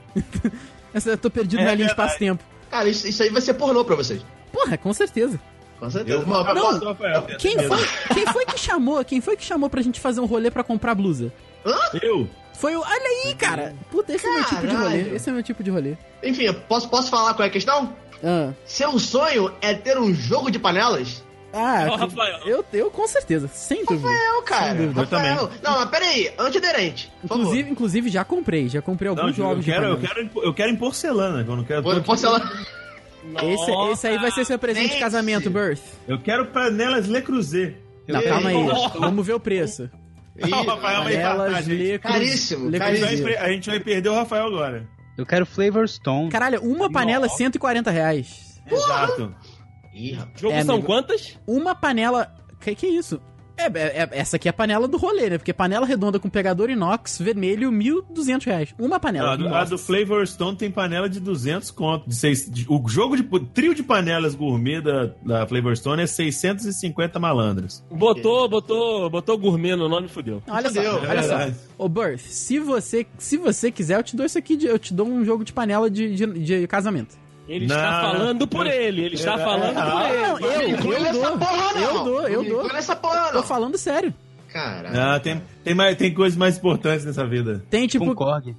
Eu tô perdido
É
na linha
verdade.
espaço-tempo.
Cara, isso aí vai ser pornô pra vocês.
Porra, com certeza.
Com certeza.
Eu
Mano,
não,
posso-
Rafael.
Quem foi que chamou pra gente fazer um rolê pra comprar blusa?
Eu?
Foi o... Olha aí, cara. Puta, esse é meu tipo de rolê.
Caralho.
Esse é meu tipo de rolê.
Enfim, posso falar qual é a questão? Seu sonho é ter um jogo de panelas?
Ó, Rafael.
Eu com certeza, sem dúvida.
Rafael, cara.
Sem dúvida.
Eu também.
Rafael. Não, mas peraí, antiaderente. por favor.
Inclusive já comprei
Não,
alguns jogos de panelas.
eu quero em porcelana. Eu não quero.
Porcelana.
Esse aí vai ser seu presente de
Gente.
casamento, Birth.
Eu quero panelas Le Creuset.
Não, calma aí. Vamos ver o preço.
Não, Rafael vai
Panelas
empatar, gente.
Le Creuset.
Caríssimo,
Le
caríssimo.
Creuset.
A gente vai perder o Rafael agora.
Eu quero Flavor Stone.
Caralho, uma panela é R$140.
Exato.
Ih, rapaz.
Jogo
É,
são
amigo.
quantas?
Uma panela... Que é isso? Essa aqui é a panela do rolê, né? Porque panela redonda com pegador inox vermelho, R$1.200. Uma panela.
A do Flavor Stone tem panela de 200 conto. O jogo de trio de panelas gourmet da Flavor Stone é 650 malandras.
Botou gourmet no nome e fudeu.
Olha só,
Fudeu,
olha só.
verdade.
Ô, Birth, se você quiser, eu te dou isso aqui. Eu te dou um jogo de panela de casamento.
Ele
Não,
está falando por ele. Ele está falando por ele.
Não, eu dou. Eu dou.
Não nessa porra,
Tô
não.
falando sério.
Caralho.
Não, tem coisas mais importantes nessa vida.
Tem tipo...
Concorde.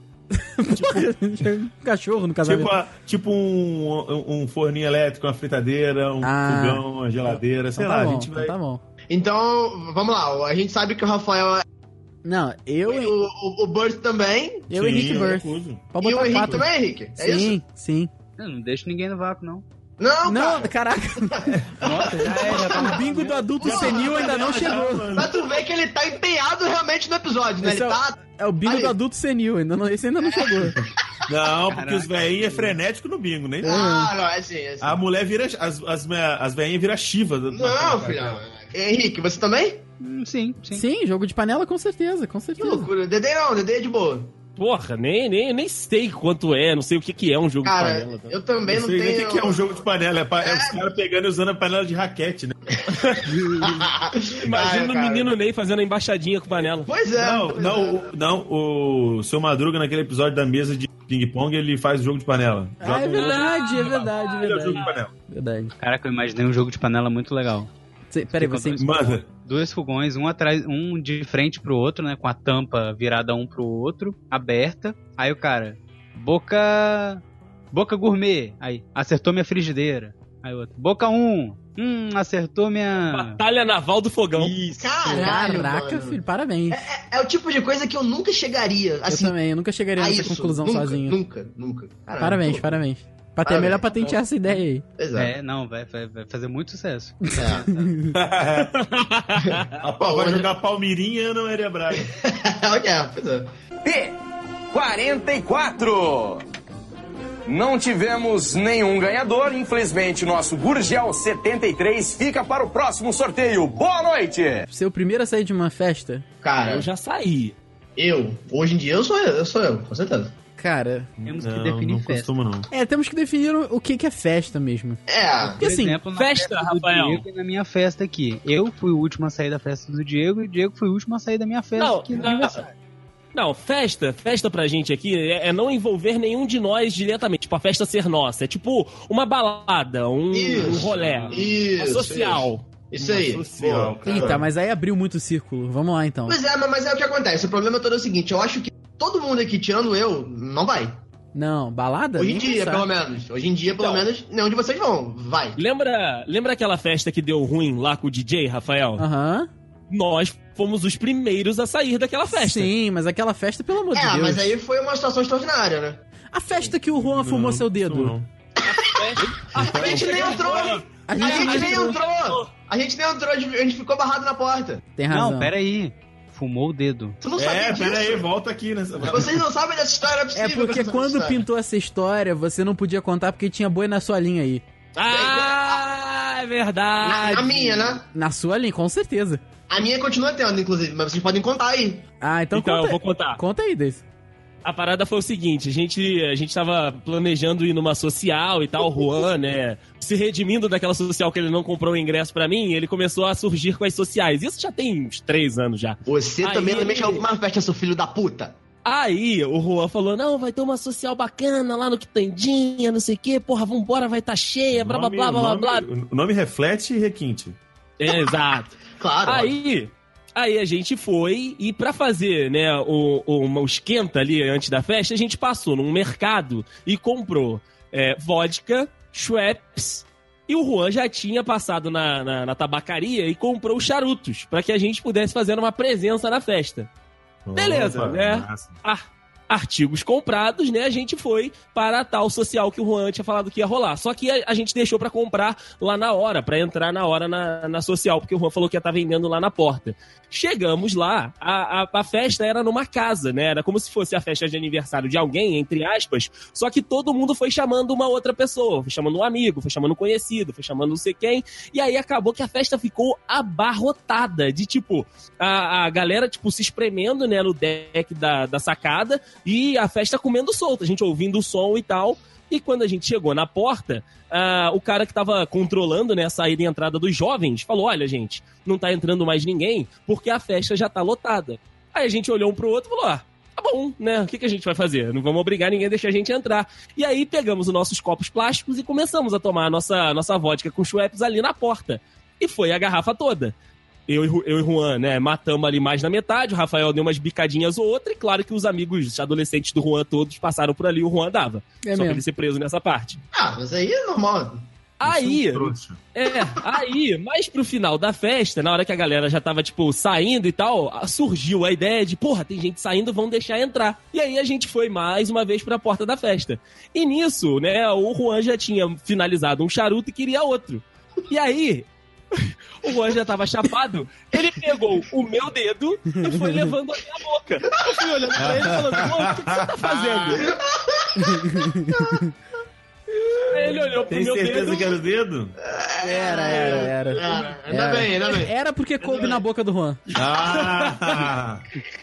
um cachorro no casamento.
Tipo um forninho elétrico, uma fritadeira, um fogão, uma geladeira, sei
Então
lá.
tá bom,
A gente vai.
Tá bom.
Então, vamos lá. A gente sabe que o Rafael
Não,
o Burt também.
Eu e Henrique Burt. Pode
E o
botar
Henrique
4.
também, Henrique? É
Sim,
isso?
sim.
Eu não deixo ninguém no vácuo, não.
Não,
Não,
cara.
caraca.
Nossa, já tá
O bingo do adulto senil ainda não chegou.
Pra tu ver que ele tá empenhado realmente no episódio, né?
Esse
Ele tá...
É o bingo
Ali.
do adulto senil, esse ainda não chegou.
Não, porque os velhinhos é frenético no bingo, nem
Ah, não, é assim, é assim.
A mulher vira. As velhinhas viram Shiva.
Não, filhão. Henrique, você também?
Sim.
Sim, jogo de panela com certeza, com
Que
certeza.
loucura. Dedê não, Dedê é de boa.
Porra, nem sei quanto é, não sei o que é um jogo de
Cara,
panela.
eu também
Não
não
sei nem
tenho...
o que é um jogo de panela. É os caras pegando e usando a panela de raquete, né?
Imagina o
cara.
menino Ney fazendo a embaixadinha com panela.
Pois é.
Não, o seu Madruga naquele episódio da mesa de ping-pong, ele faz o jogo de panela.
Ah, é verdade, é verdade,
Ele é o jogo de
verdade.
panela.
Verdade.
Caraca, eu imaginei um jogo de panela muito legal.
Peraí, você...
Manda.
2 fogões, um atrás, um de frente pro outro, né? Com a tampa virada um pro outro, aberta. Aí o cara, boca gourmet. Aí, acertou minha frigideira. Aí o outro, boca 1. Acertou minha...
Batalha naval do fogão.
Isso.
Caralho,
Caraca,
mano.
filho, parabéns.
É o tipo de coisa que eu nunca chegaria, assim,
eu também, eu nunca chegaria
a
nessa
isso.
conclusão
Nunca,
sozinho.
Nunca. Caralho,
Parabéns,
pô.
parabéns. Pra ter
Parabéns.
melhor patentear essa ideia aí.
Exato.
Não, vai fazer muito sucesso.
Vai jogar Palmeirinha não Maria Braga.
Pois é.
P44. Não tivemos nenhum ganhador. Infelizmente, nosso Gurgel 73 fica para o próximo sorteio. Boa noite!
Ser o primeiro a sair de uma festa,
Cara,
Eu já saí.
hoje em dia eu sou eu, com certeza.
cara...
Temos que definir festa.
costumo, não.
temos que definir o que é festa mesmo.
É,
Porque assim,
na
festa,
do
Rafael.
Diego e na minha festa aqui. Eu fui o último a sair da festa do Diego e o Diego foi o último a sair da minha festa
Não,
aqui no
não.
aniversário.
Não, festa pra gente aqui é não envolver nenhum de nós diretamente. Tipo, a festa ser nossa. É tipo uma balada, um rolê.
Isso.
Social.
Isso aí.
Social,
Pô,
cara.
Eita, mas aí abriu muito o círculo. Vamos lá, então.
Pois é, mas é o que acontece. O problema todo é o seguinte, eu acho que todo mundo aqui, tirando eu, não vai.
Não, balada?
Hoje em
Nem
dia,
pensar.
pelo menos. Hoje em dia, pelo menos, nenhum de vocês vão. Vai.
Lembra aquela festa que deu ruim lá com o DJ, Rafael?
Aham.
Nós fomos os primeiros a sair daquela festa.
Sim, mas aquela festa, pelo amor de Deus.
Mas aí foi uma situação extraordinária, né?
A festa que o Juan fumou seu dedo.
Não.
A gente nem entrou! A gente nem entrou! A gente nem entrou, a gente ficou barrado na porta.
Tem razão.
Não, peraí. Fumou o dedo.
Tu não sabia disso?
Pera aí, volta aqui nessa.
Vocês não sabem dessa história, é possível.
É
que
porque
vocês não
quando
sabem dessa
pintou essa história, você não podia contar porque tinha boi na sua linha aí.
Ah, é verdade.
história. A minha, né?
Na sua linha, com certeza.
A minha continua tendo, inclusive, mas vocês podem contar aí.
Ah, então,
Então,
conta
eu vou contar.
Conta aí, Deise.
A parada foi o seguinte, a gente tava planejando ir numa social e tal, o Juan, né, se redimindo daquela social que ele não comprou o ingresso pra mim, ele começou a surgir com as sociais. Isso já tem uns 3 anos já.
Você
Aí-
também não me chamou pra uma festa, seu filho da puta.
Aí o Juan falou, não, vai ter uma social bacana lá no Quitandinha, não sei o quê, porra, vambora, vai tá cheia, blá, blá, blá, blá, blá, blá.
O nome reflete requinte.
Exato.
Claro.
Aí a gente foi e pra fazer, né, o esquenta ali antes da festa, a gente passou num mercado e comprou vodka, Schweppes, e o Juan já tinha passado na tabacaria e comprou os charutos pra que a gente pudesse fazer uma presença na festa. Beleza,
Opa,
né?
massa.
Artigos comprados, né? A gente foi para a tal social que o Juan tinha falado que ia rolar. Só que a gente deixou pra comprar lá na hora, pra entrar na hora na social, porque o Juan falou que ia estar vendendo lá na porta. Chegamos lá, a festa era numa casa, né? Era como se fosse a festa de aniversário de alguém, entre aspas, só que todo mundo foi chamando uma outra pessoa, foi chamando um amigo, foi chamando um conhecido, foi chamando não sei quem, e aí acabou que a festa ficou abarrotada, de tipo, a galera, tipo, se espremendo, né, no deck da sacada, e a festa comendo solta, a gente ouvindo o som e tal. E quando a gente chegou na porta, o cara que tava controlando, né, a saída e entrada dos jovens falou, olha, gente, não tá entrando mais ninguém porque a festa já tá lotada. Aí a gente olhou um pro outro e falou, tá bom, né, o que a gente vai fazer? Não vamos obrigar ninguém a deixar a gente entrar. E aí pegamos os nossos copos plásticos e começamos a tomar a nossa vodka com Schweppes ali na porta. E foi a garrafa toda. Eu e Juan, né, matamos ali mais na metade, o Rafael deu umas bicadinhas ou outra, e claro que os amigos adolescentes do Juan todos passaram por ali, o Juan dava.
É
Só pra
mesmo.
ele ser preso nessa parte.
Mas aí é normal.
Aí,
Trouxa.
mais pro final da festa, na hora que a galera já tava, tipo, saindo e tal, surgiu a ideia de, porra, tem gente saindo, vamos deixar entrar. E aí a gente foi mais uma vez pra porta da festa. E nisso, né, o Juan já tinha finalizado um charuto e queria outro. E aí, o Juan já tava chapado, ele pegou o meu dedo e foi levando a minha boca. Eu fui olhando pra ele e falando, Juan, o que você tá fazendo? Aí ele olhou pro
Tem
meu
certeza
dedo.
que era o dedo?
Era.
Ainda bem.
Era porque coube na boca do Juan.
Ah!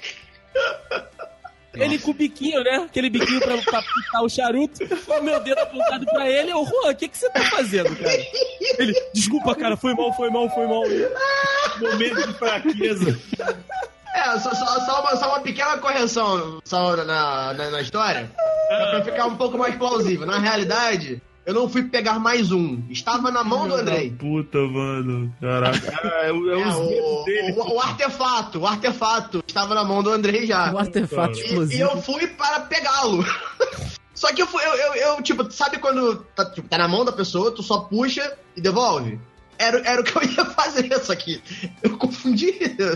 Ele com o biquinho, né? Aquele biquinho pra picar o charuto. O meu dedo apontado pra ele. Ô, Juan, o que você tá fazendo, cara? Ele, desculpa, cara, foi mal.
Momento de fraqueza.
Só uma pequena correção só na história. Pra ficar um pouco mais plausível. Na realidade, eu não fui pegar mais um. Estava na mão do Andrei.
Puta, mano. Caraca. Os dedos dele.
O artefato estava na mão do Andrei já.
Um artefato
E
explosivo.
eu fui para pegá-lo. Só que eu tipo, sabe quando tá na mão da pessoa, tu só puxa e devolve? Era o que eu ia fazer, só que eu confundi.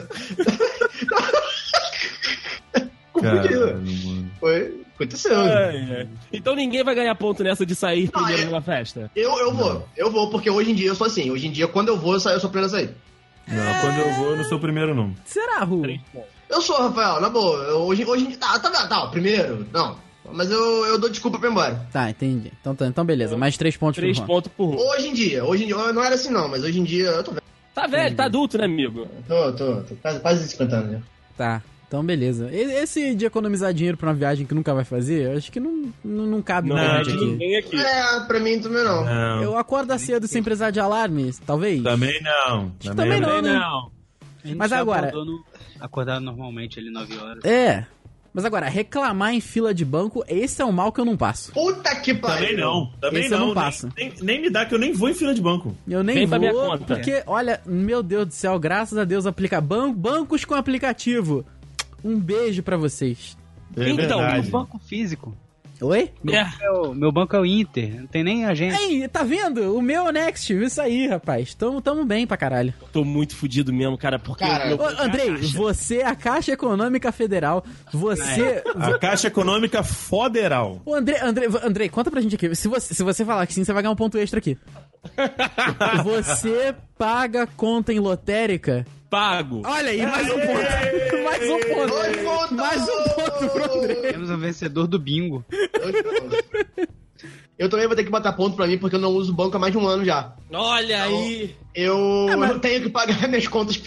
Caralho, mano.
Aconteceu.
Então ninguém vai ganhar ponto nessa de sair
Não,
primeiro numa festa.
Eu vou, porque hoje em dia eu sou assim. Hoje em dia, quando eu vou, eu sou o primeiro a sair.
Não, quando eu vou, eu não sou o primeiro, não.
Será, Ru?
3 pontos.
Eu sou, Rafael, na boa. Hoje em dia. Tá, primeiro. Não. Mas eu dou desculpa pra ir embora.
Tá, entendi. Então beleza, mais 3 pontos
3
pro Juan.
pontos por Juan.
Hoje em dia, eu não era assim não, mas hoje em dia eu tô velho.
Tá velho, tá adulto, né, amigo?
Tô quase 50 anos já.
Tá, então beleza. Esse de economizar dinheiro pra uma viagem que nunca vai fazer, eu acho que não cabe
Não,
pra
de
gente aqui.
ninguém aqui.
Pra mim também não.
Não.
Eu acordo cedo sem precisar de alarme, talvez?
Também não.
Também não, né?
Não.
A gente
Mas
já
agora-
acordar normalmente ali 9 horas.
É. Mas agora, reclamar em fila de banco, esse é um mal que eu não passo.
Puta que pariu.
Também
Esse eu
não.
não passo.
Nem me dá, que eu nem vou em fila de banco.
Eu nem
Vem pra minha
vou,
conta.
porque, olha, meu Deus do céu, graças a Deus aplica bancos com aplicativo. Um beijo pra vocês.
Então,
Meu
verdade.
banco físico.
Oi?
Meu banco é o Inter, não tem nem agência.
Aí, tá vendo? O meu é o Next, isso aí, rapaz. Tamo bem pra caralho.
Tô muito fudido mesmo, cara, porque...
Cara,
meu-
Ô, Andrei, você é a Caixa Econômica Federal, você...
A Caixa Econômica Federal.
Ô, Andrei, conta pra gente aqui. Se você falar que sim, você vai ganhar um ponto extra aqui. Você paga conta em lotérica?
Pago.
Olha aí, mais um ponto. Mais um ponto.
2 pontos.
Mais um ponto pro Andrei.
Temos o vencedor do bingo.
2 pontos. Eu também vou ter que botar ponto pra mim, porque eu não uso banco há mais de um ano já.
Olha aí.
Eu não tenho que pagar minhas contas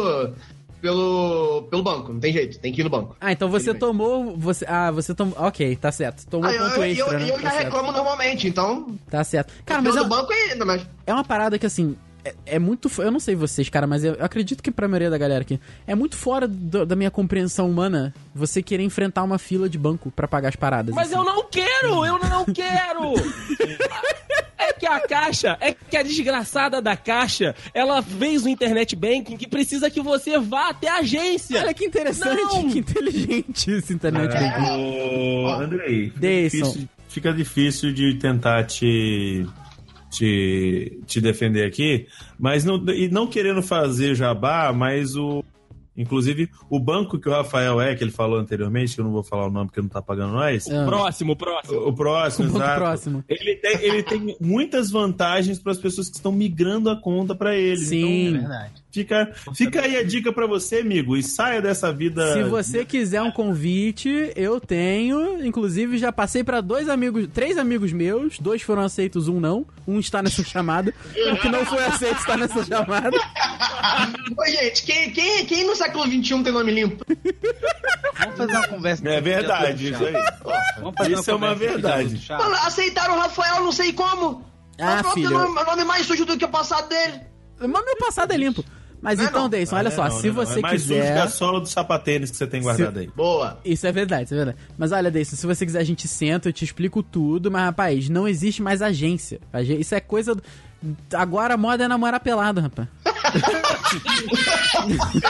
pelo banco, não tem jeito, tem que ir no banco.
Ah, então você tomou... você tomou... Ok, tá certo. Tomou ponto extra, né?
Eu já
Tá certo.
reclamo normalmente, então...
Tá certo. Cara,
Pelo
mas
do banco é ainda mais.
é uma parada que, assim... É muito... Eu não sei vocês, cara, mas eu acredito que pra maioria da galera aqui... É muito fora da minha compreensão humana você querer enfrentar uma fila de banco pra pagar as paradas.
Mas
assim.
eu não quero! É que a Caixa, a desgraçada da Caixa, ela fez o internet banking que precisa que você vá até a agência.
Olha que interessante,
Não!
que inteligente esse internet banking.
Ô, Andrei,
Deison.
fica difícil de tentar te defender aqui, mas não querendo fazer jabá, mas inclusive o banco que o Rafael que ele falou anteriormente, que eu não vou falar o nome porque não tá pagando nós,
Ah.
Próximo.
o próximo,
O ponto
exato.
próximo.
Ele tem muitas vantagens para as pessoas que estão migrando a conta para ele.
Sim.
Então,
Verdade.
fica aí a dica para você, amigo, e saia dessa vida.
Se você quiser um convite, eu tenho. Inclusive, já passei pra 3 amigos meus. 2 foram aceitos, um não. Um está nessa chamada. O que não foi aceito está nessa chamada.
Ô, gente, quem no século XXI tem nome limpo?
Vamos fazer uma conversa.
É verdade, isso aí.
Vamos fazer
Isso é uma
conversa
verdade.
de chato.
Mano, aceitaram o Rafael, não sei como.
Ah,
Rafael
filho.
tem o nome mais sujo do que o passado dele.
Mas meu passado é limpo. Mas
Não é
então,
não.
Deison, olha só. Se você
é mais sujo que
quiser...
a sola do sapatênis que você tem guardado aí.
Boa.
Isso é verdade. Mas olha, Deison, se você quiser, a gente senta, eu te explico tudo. Mas, rapaz, não existe mais agência. Isso é coisa... Agora a moda é namorar pelado, rapaz.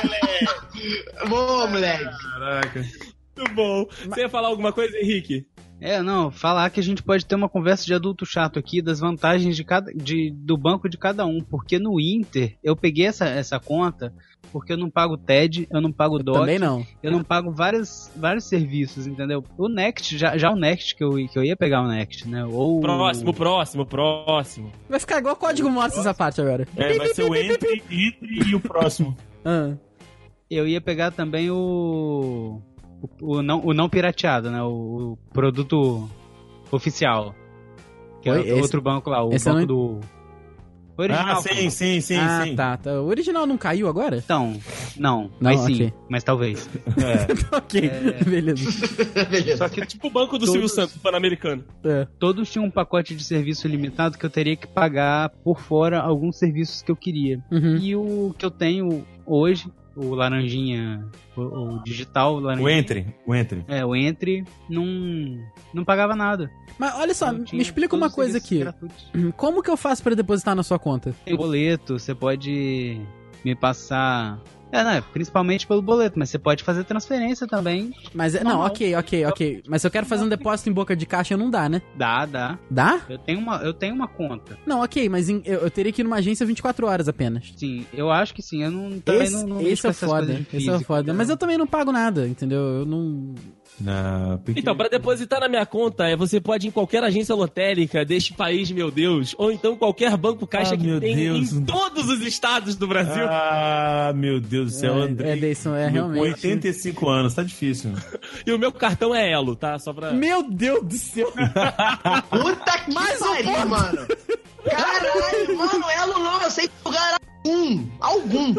Boa, moleque.
Caraca.
Muito bom. Você ia falar alguma coisa, Henrique?
Não, falar que a gente pode ter uma conversa de adulto chato aqui, das vantagens do banco de cada um, porque no Inter, eu peguei essa conta, porque eu não pago TED, eu não pago DOT,
Também não.
eu não pago vários serviços, entendeu? O Next, já o Next, que eu ia pegar o Next, né? Ou
Próximo.
Vai ficar igual código Morse essa parte agora.
Vai ser o Entre e o próximo.
Eu ia pegar também o não pirateado, né? O produto oficial. Que é outro banco lá, o banco do original.
Sim.
Tá. O original não caiu agora?
Então, não, mas sim,
ok.
mas talvez.
Ok, beleza.
Só que tipo o banco do Silvio Santos, Pan-Americano.
Todos tinham um pacote de serviço limitado que eu teria que pagar por fora alguns serviços que eu queria.
Uhum.
E o que eu tenho hoje, o laranjinha, o digital,
O Entre.
O Entre não pagava nada.
Mas olha só,
Não
me
tinha
explica
todos
uma
os
coisa aqui.
serviços gratuitos.
Como que eu faço pra depositar na sua conta?
Tem boleto, você pode me passar... principalmente pelo boleto, mas você pode fazer transferência também.
Mas não, ok. Mas se eu quero fazer um depósito em boca de caixa, não dá, né?
Dá.
Dá?
Eu tenho uma conta.
Não, ok, mas eu teria que ir numa agência 24 horas apenas.
Sim, eu acho que sim. Eu não também não
Esse
mexo
é
com essas coisas de
foda. Esse é
físico,
foda.
né?
Mas eu também não pago nada, entendeu? Eu não.
Não, porque...
Então, pra depositar na minha conta, você pode ir em qualquer agência lotérica deste país, meu Deus, ou então qualquer banco caixa que tem em todos os estados do Brasil.
Ah, meu Deus do céu, André.
Deison,
Com
realmente.
85 anos, tá difícil.
E o meu cartão é Elo, tá? Só pra...
Meu Deus do céu!
Puta que pariu, mano. Caralho, mano, Elo não, eu sei lugar algum.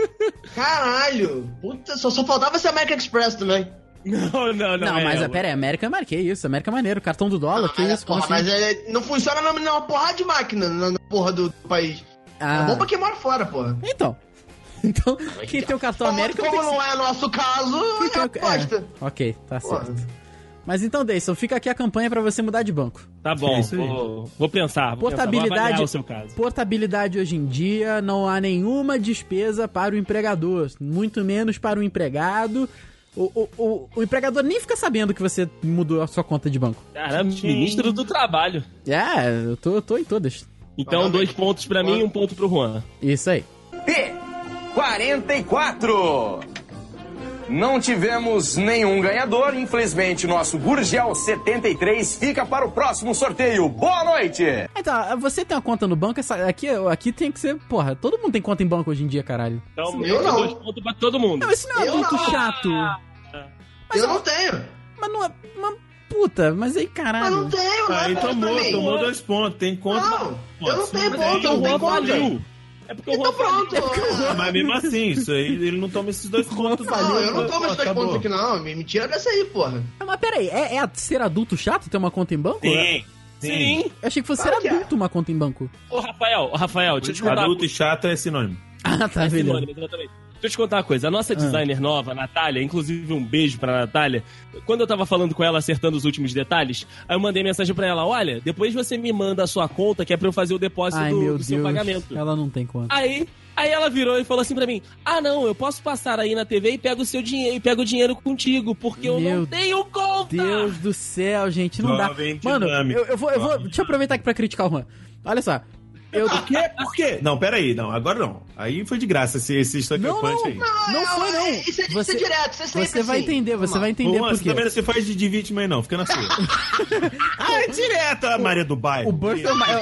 Caralho. Puta, só faltava esse American Express também.
Não,
Não, mas pera aí, América eu marquei isso. América é maneiro. Cartão do dólar, que isso? Como
Porra,
assim?
mas não funciona numa porra de máquina na porra do país. É bom pra quem mora fora, porra.
Então, quem tem o cartão América...
Como
tem que
não é nosso caso,
ser-
é aposta.
Ok, tá
Porra.
certo. Mas então, Deison, fica aqui a campanha pra você mudar de banco.
Tá bom,
É isso aí.
vou pensar. Vou avaliar o seu caso.
Portabilidade hoje em dia, não há nenhuma despesa para o empregador, muito menos para o empregado. O empregador nem fica sabendo que você mudou a sua conta de banco.
Caramba, ministro do trabalho.
Eu tô em todas.
Então, 2 pontos pra mim e 1 ponto pro Juan.
Isso aí.
P44. Não tivemos nenhum ganhador. Infelizmente, nosso Gurgel 73 fica para o próximo sorteio. Boa noite!
Então, você tem uma conta no banco, aqui tem que ser... Porra, todo mundo tem conta em banco hoje em dia, caralho.
Então,
Eu não.
2 pontos pra todo mundo.
Não, isso não é
Eu
adulto
não.
chato.
Eu não tenho.
Mas não é... Puta, mas aí, caralho...
Mas não tenho,
Aí
né?
tomou 2 pontos. Tem conta.
Não, eu não tenho
Mas
ponto, eu não tenho conta.
Faliu. É porque o
Então
Juan
pronto.
Mas mesmo assim, isso aí, ele não toma esses 2 pontos.
Não, eu não tomo esses 2 pontos aqui, não. Me tira dessa aí, porra.
Mas peraí, ser adulto chato ter uma conta em banco?
Sim.
Eu achei que fosse
Claro
ser
que é.
adulto uma conta em banco.
Ô, Rafael, deixa eu te contar.
Adulto e chato é sinônimo.
Ah, tá,
É
beleza.
sinônimo, exatamente. Deixa eu te contar uma coisa. A nossa designer nova, a Natália, inclusive um beijo pra Natália. Quando eu tava falando com ela, acertando os últimos detalhes, aí eu mandei mensagem pra ela: olha, depois você me manda a sua conta, que é pra eu fazer o depósito
Ai, meu
do seu
Deus,
pagamento.
ela não tem conta.
Aí ela virou e falou assim pra mim: ah, não, eu posso passar aí na TV e pego o seu dinheiro e pego o dinheiro contigo, porque eu
Meu
não tenho conta.
Deus do céu, gente, não
Jovem
dá. Mano,
dinâmico.
eu vou... Deixa eu aproveitar aqui pra criticar o Juan. Olha só.
Por quê? Por quê? Não, peraí, não, agora não. Aí foi de graça esse estoquepante aí.
Não foi, não.
Isso é direto, você sempre
Você vai
assim.
entender, você vai entender
Juan,
por
você
quê.
também não se faz de vítima aí não, fica na sua. É direto a Maria do Bairro.
O Burst é o mais...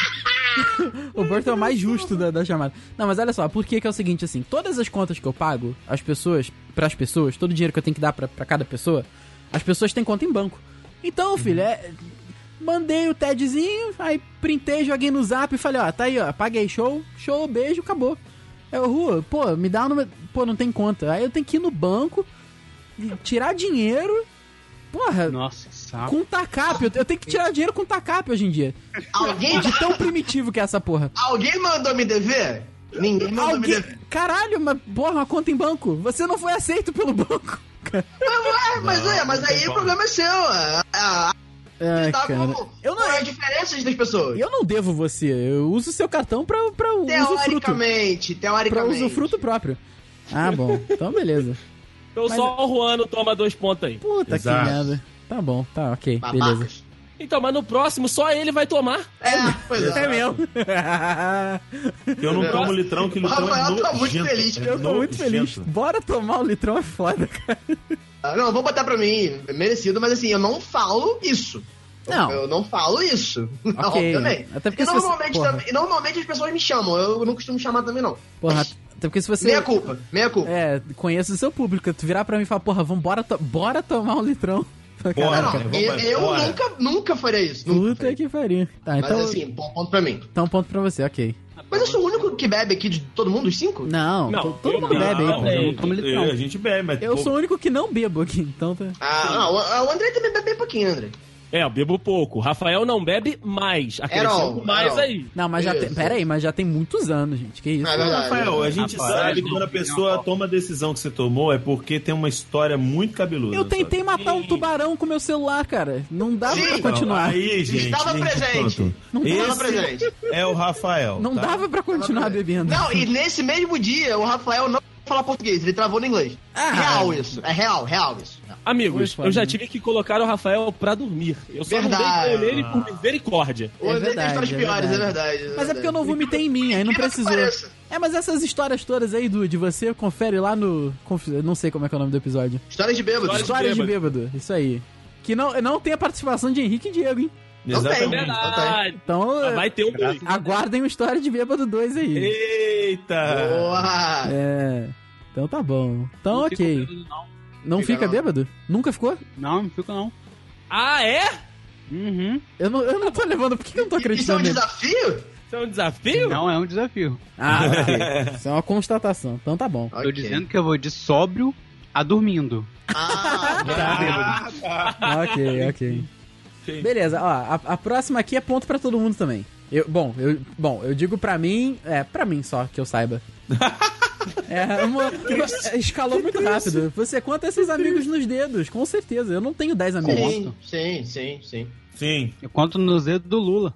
O Burst é o mais justo da chamada. Não, mas olha só, por que é o seguinte, assim, todas as contas que eu pago, pras pessoas, todo o dinheiro que eu tenho que dar pra cada pessoa, as pessoas têm conta em banco. Então, filho, mandei o TEDzinho, aí printei, joguei no Zap e falei, ó, tá aí, ó, paguei, show, beijo, acabou. Rua, pô, me dá o número, pô, não tem conta. Aí eu tenho que ir no banco, tirar dinheiro, porra,
Nossa, que saco.
com TACAP, eu tenho que tirar dinheiro com TACAP hoje em dia.
Alguém,
De tão primitivo que é essa porra.
alguém mandou me dever? Ninguém mandou me dever.
Caralho, mas porra, uma conta em banco. Você não foi aceito pelo banco.
Mas aí o problema é seu.
Ai,
Tá
cara.
Eu não... as diferenças das pessoas.
Eu não devo você. Eu uso seu cartão pra usufruto.
Teoricamente.
Pra usufruto próprio. Ah, bom. Então, beleza.
Então
Mas-
só o Juan toma 2 pontos aí.
Puta
Exato.
que merda. Tá bom, tá, ok, beleza.
Babacas.
Então, mas no próximo só ele vai tomar.
Pois é.
É mesmo.
Eu não tomo litrão, que
O
litrão
Rafael
é
tá muito
nojento,
feliz.
é
Eu tô muito feliz.
nojento.
Bora tomar um litrão, é foda, cara.
Não, vou botar pra mim, merecido, mas assim, eu não falo isso.
Não.
Eu não falo isso.
Ok,
Obviamente.
até porque
E
se você-
normalmente,
porra.
normalmente as pessoas me chamam, eu não costumo chamar também, não.
Porra, até porque se você...
Meia culpa, meia culpa.
É, conheço o seu público. Tu virar pra mim e falar, porra, bora tomar um litrão. Caralho,
Não,
cara.
eu
Bora.
nunca faria isso. Nunca
Puta
faria.
que pariu. Tá,
Mas
então...
assim, ponto pra mim.
Então, ponto pra você, ok.
Mas eu sou o único que bebe aqui de todo mundo, os 5?
Não,
Não,
todo
eu
mundo
não.
bebe aí,
Não,
pô.
eu
não tomo litrão.
A gente bebe, mas...
Eu
pô,
sou o único que não bebo aqui, então tá...
O André também bebe bem pouquinho, André.
Eu bebo pouco. Rafael não bebe mais. Acrescento mais
Errol.
aí.
Não, mas já
Isso.
tem... Pera aí, mas já tem muitos anos, gente. Que isso?
É verdade.
Rafael, a gente
Rapaz,
sabe que
não,
quando a pessoa
não.
toma a decisão que você tomou é porque tem uma história muito cabeluda.
Eu tentei
sabe?
matar um tubarão com meu celular, cara. Não dava
Sim.
pra continuar.
Aí, gente,
Estava
gente,
presente.
pronto.
Não estava
Esse
presente.
é o Rafael.
Não
tá?
dava pra continuar bebendo.
Não, e nesse mesmo dia, o Rafael não fala português, ele travou no inglês.
Ah.
Real isso. É real isso.
Amigos,
Foi
eu já
foda.
tive que colocar o Rafael pra dormir. Eu só
Verdade.
não dei com ele por misericórdia.
O André tem
verdade,
histórias
é
piores,
verdade.
é verdade.
Mas é porque eu não vomitei em mim, aí não
Incrível que
precisou.
pareça.
É, mas essas histórias todas aí de você, confere lá no... Eu não sei como é que é o nome do episódio.
Histórias de bêbado.
Histórias
Histórias de bêbado, isso aí. Que não tem a participação de Henrique e Diego, hein?
Exatamente.
Verdade.
Então,
Mas vai ter um dois.
aguardem o História de Bêbado 2 aí.
Eita!
Boa!
É... Então tá bom. Então
Não fico
ok.
bêbado, não.
Não
Fica
fica
não.
bêbado? Nunca ficou?
Não fico não.
Ah, é?
Uhum.
Eu não tô levando. Por que eu não tô
Isso é um
acreditando nele?
desafio?
Isso é um desafio?
Não é um desafio.
Ah, ok. Isso é uma constatação. Então tá bom.
Tô
Ok.
dizendo que eu vou de sóbrio a dormindo.
Ah,
Ok, ok. Beleza, ó, a próxima aqui é ponto pra todo mundo também. Eu digo pra mim só, que eu saiba. Escalou muito rápido. Você conta esses amigos nos dedos, com certeza. Eu não tenho 10 amigos.
sim.
Sim.
Eu conto nos dedos do Lula.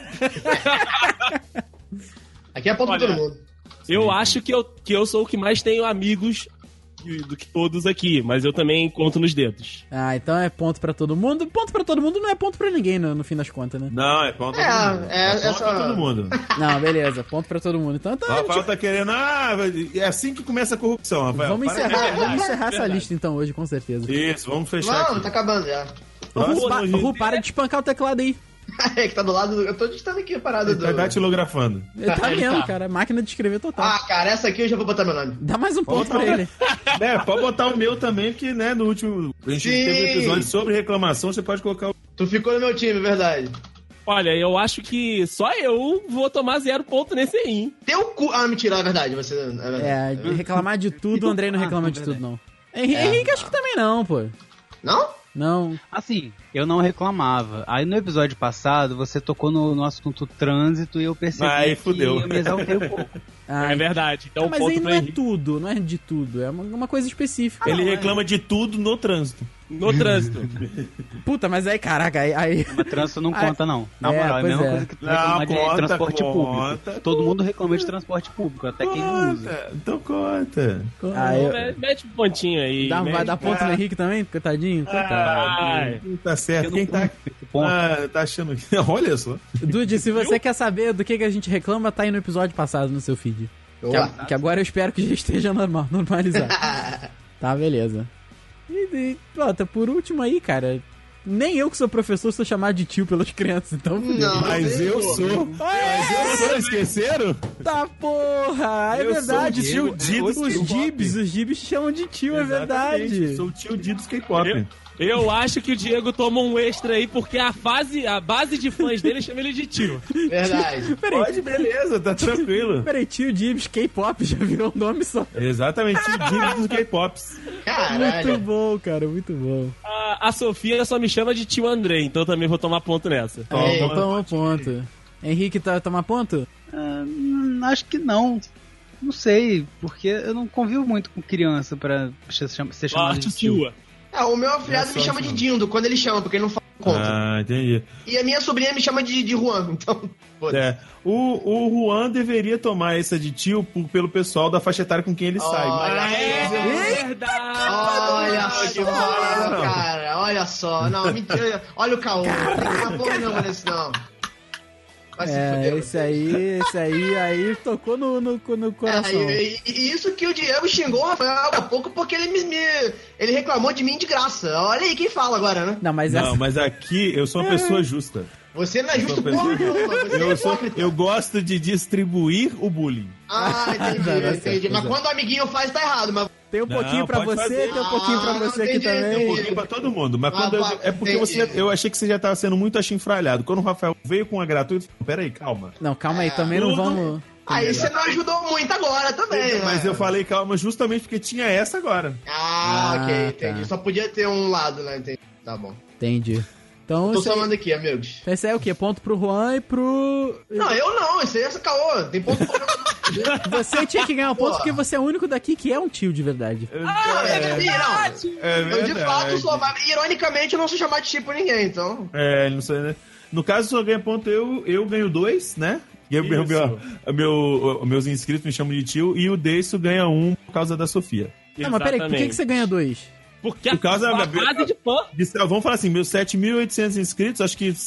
Aqui é ponto pra
Olha,
todo mundo.
Eu acho que eu sou o que mais tenho amigos do que todos aqui, mas eu também conto nos dedos.
Ah, então é ponto pra todo mundo. Ponto pra todo mundo não é ponto pra ninguém no fim das contas, né?
Não, é ponto pra todo mundo.
É
ponto
essa-
pra todo mundo.
Não, beleza. Ponto pra todo mundo. Então
O Rafael tá querendo... é assim que começa a corrupção, Rafael.
vamos
Para-
encerrar essa lista então hoje, com certeza.
Isso, vamos fechar
Não,
aqui.
tá acabando já.
Próximo,
Ru, para de espancar o teclado aí.
É que tá do lado do... Eu tô digitando aqui a parada
Ele vai
do...
datilografando.
Ele tá mesmo, cara. Máquina de escrever total.
Ah, cara, essa aqui eu já vou botar meu nome.
Dá mais um ponto pra ele.
É, pode botar o meu também, que, né, no último... A gente
Sim.
teve um episódio sobre reclamação, você pode colocar o...
Tu ficou no meu time, verdade.
Olha, eu acho que só eu vou tomar 0 ponto nesse aí, hein?
Teu cu... Ah, mentira, é verdade. Você... É verdade.
É, de reclamar de tudo, o Andrei não reclama de tudo, não. Henrique, acho que também não, pô.
Não?
Não.
Assim, eu não reclamava. Aí no episódio passado, você tocou no assunto trânsito e eu percebi
Aí,
que
fudeu.
eu me exaltei um pouco.
Ah,
É verdade. Então,
mas
ponto
aí
pra
não é
Henrique.
tudo, não é de tudo. É uma coisa específica.
Ele reclama de tudo no trânsito.
No trânsito.
Puta, mas aí, caraca, aí...
Mas trânsito não conta, não. Na
É,
moral, é a
pois
mesma
é.
coisa que tu
Não,
reclamar de
conta,
transporte
conta.
público. Todo mundo reclama de transporte público, até quem não usa.
Conta, então conta.
Ah, eu-
Mete um pontinho aí.
vai
mete-
dar ponto no Henrique também, coitadinho? Então tá.
Ai.
Tá certo. Quem tá...
Ponto.
tá achando... Olha só.
Dude, se você quer saber do que a gente reclama, tá aí no episódio passado no seu feed.
Boa.
Que agora eu espero que já esteja normalizado. Tá, beleza. E pronto, por último aí, cara... Nem eu que sou professor sou chamado de tio pelas crianças, então... fudeu.
Não,
Mas eu sou. Mas eu sou, esqueceram?
Tá porra! É
Eu
verdade,
sou o tio Di do
os
K-pop.
Gibs chamam de tio, é
Exatamente,
verdade.
Sou o tio Di dos K-pop.
Eu acho que o Diego toma um extra aí, porque a base de fãs dele chama ele de tio.
Verdade.
Peraí,
Pode, beleza, tá tranquilo.
peraí, tio Gibs, K-pop já virou um nome só.
Exatamente, tio Di dos K-pops.
Muito
Caralho.
bom, cara, muito bom.
A Sofia só me chama de tio André, então eu também vou tomar ponto nessa.
Ei,
Toma ponto. Henrique, tá tomar ponto?
Acho que não. Não sei, porque eu não convivo muito com criança pra ser chamado
Sorte
de tio.
sua.
O meu afilhado me chama de Dindo quando ele chama, porque ele não fala conta.
Ah, entendi.
E a minha sobrinha me chama de Juan, então... foda-se.
É, o Juan deveria tomar essa de tio pelo pessoal da faixa etária com quem ele sai.
Olha
Mas
aí.
É verdade.
Olha só, cara. Olha só, não, mentira. Olha o caô. Não tem porra nenhuma nesse não. Vai se fuder.
Esse aí tocou no coração.
E isso que o Diego xingou o Rafael há pouco porque ele reclamou de mim de graça. Olha aí quem fala agora, né?
Não, mas
aqui eu sou uma pessoa justa.
Você não é justo porra nenhuma, você é hipócrita.
Eu gosto de distribuir o bullying.
Ah, entendi. Mas quando o amiguinho faz, tá errado. Mas...
Tem um pouquinho pra você, tem um pouquinho pra você aqui também.
Tem um pouquinho pra todo mundo. Mas é porque eu achei que você já tava sendo muito achinfralhado. Quando o Rafael veio com a gratuita, peraí, calma.
Não, calma aí, também não vamos...
Aí você não ajudou muito agora também,
mas eu falei calma justamente porque tinha essa agora.
Ok, entendi.
Tá.
Só podia ter um lado, né? Entendi. Tá bom.
Entendi. Então,
tô somando aqui, amigos.
Esse aí é o quê? Ponto pro Juan e pro...
Não, eu não. Isso aí é essa caô. Tem ponto pro...
Você tinha que ganhar um ponto porque você é o único daqui que é um tio de verdade.
É verdade. Eu de fato sou... Ironicamente, eu não sou chamado de tio por ninguém, então...
Não sei, né? No caso, só ganha ponto eu ganho 2, né? E meus inscritos me chamam de tio. E o Deisso ganha 1 por causa da Sofia.
Não, mas peraí, por que você ganha 2?
Porque
por causa
da base de fã.
Vamos falar assim, meus 7.800 inscritos, acho que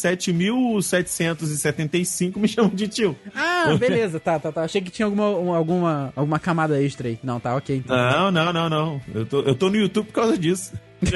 7.775 me chamam de tio.
Ah, beleza, tá. Achei que tinha alguma camada extra aí. Não, tá, ok. Então.
Não. Eu tô no YouTube por causa disso.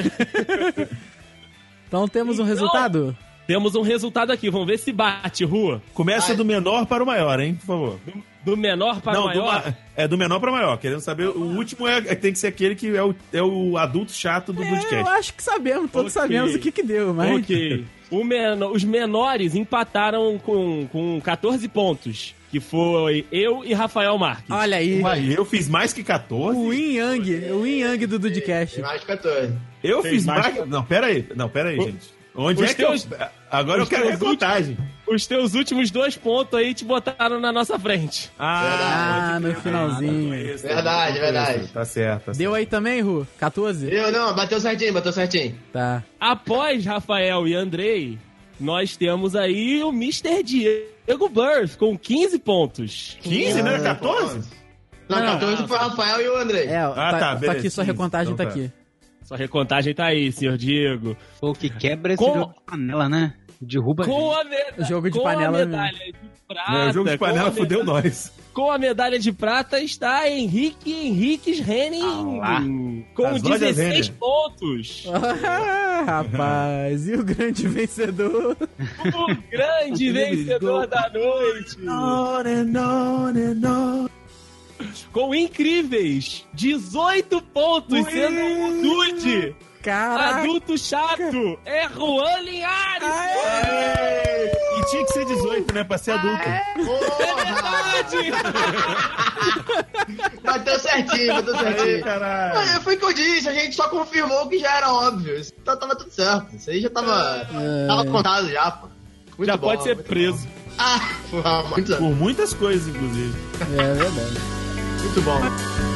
Então temos um resultado?
Temos um resultado aqui, vamos ver se bate, Rua.
Começa do menor para o maior, hein, por favor.
Do menor para o maior?
Do menor para o maior. Querendo saber, o último tem que ser aquele que é o adulto chato do podcast.
Eu acho que sabemos, todos sabemos o que deu, mas...
Ok. Os menores empataram com 14 pontos, que foi eu e Rafael Marques.
Olha aí.
Eu fiz mais que 14?
O Yin Yang do Dudcast.
Mais que 14.
Eu fiz mais que... Não, pera aí, gente. Onde é que Agora eu quero recontagem.
Os teus últimos 2 pontos aí te botaram na nossa frente.
No finalzinho.
Verdade.
Tá certo.
Deu aí também, Ru? 14?
Bateu certinho.
Tá.
Após Rafael e Andrei, nós temos aí o Mr. Diego Burff com 15 pontos.
15, né? 14?
Não, 14 foi o Rafael e o Andrei.
Tá aqui, sua recontagem então tá aqui.
Sua recontagem tá aí, senhor Diego.
O que quebra esse jogo de panela, né? Derruba
o jogo de panela.
Com a medalha de prata.
O jogo de panela fudeu nós.
Com a medalha de prata está Henriques Henning com 16 pontos.
Rapaz, e o grande vencedor?
O grande vencedor da noite. Com incríveis 18 pontos, sendo um Dude.
Caraca.
Adulto chato é Juan Linhares.
E tinha que ser 18, né? Pra ser adulto.
É verdade.
Bateu certinho.
Caralho.
Foi o que eu disse, a gente só confirmou que já era óbvio. Tava tudo certo. Isso aí já tava contado já, pô. Muito
já
bom,
pode ser preso.
Por
muitas coisas, inclusive.
É verdade.
Muito bom.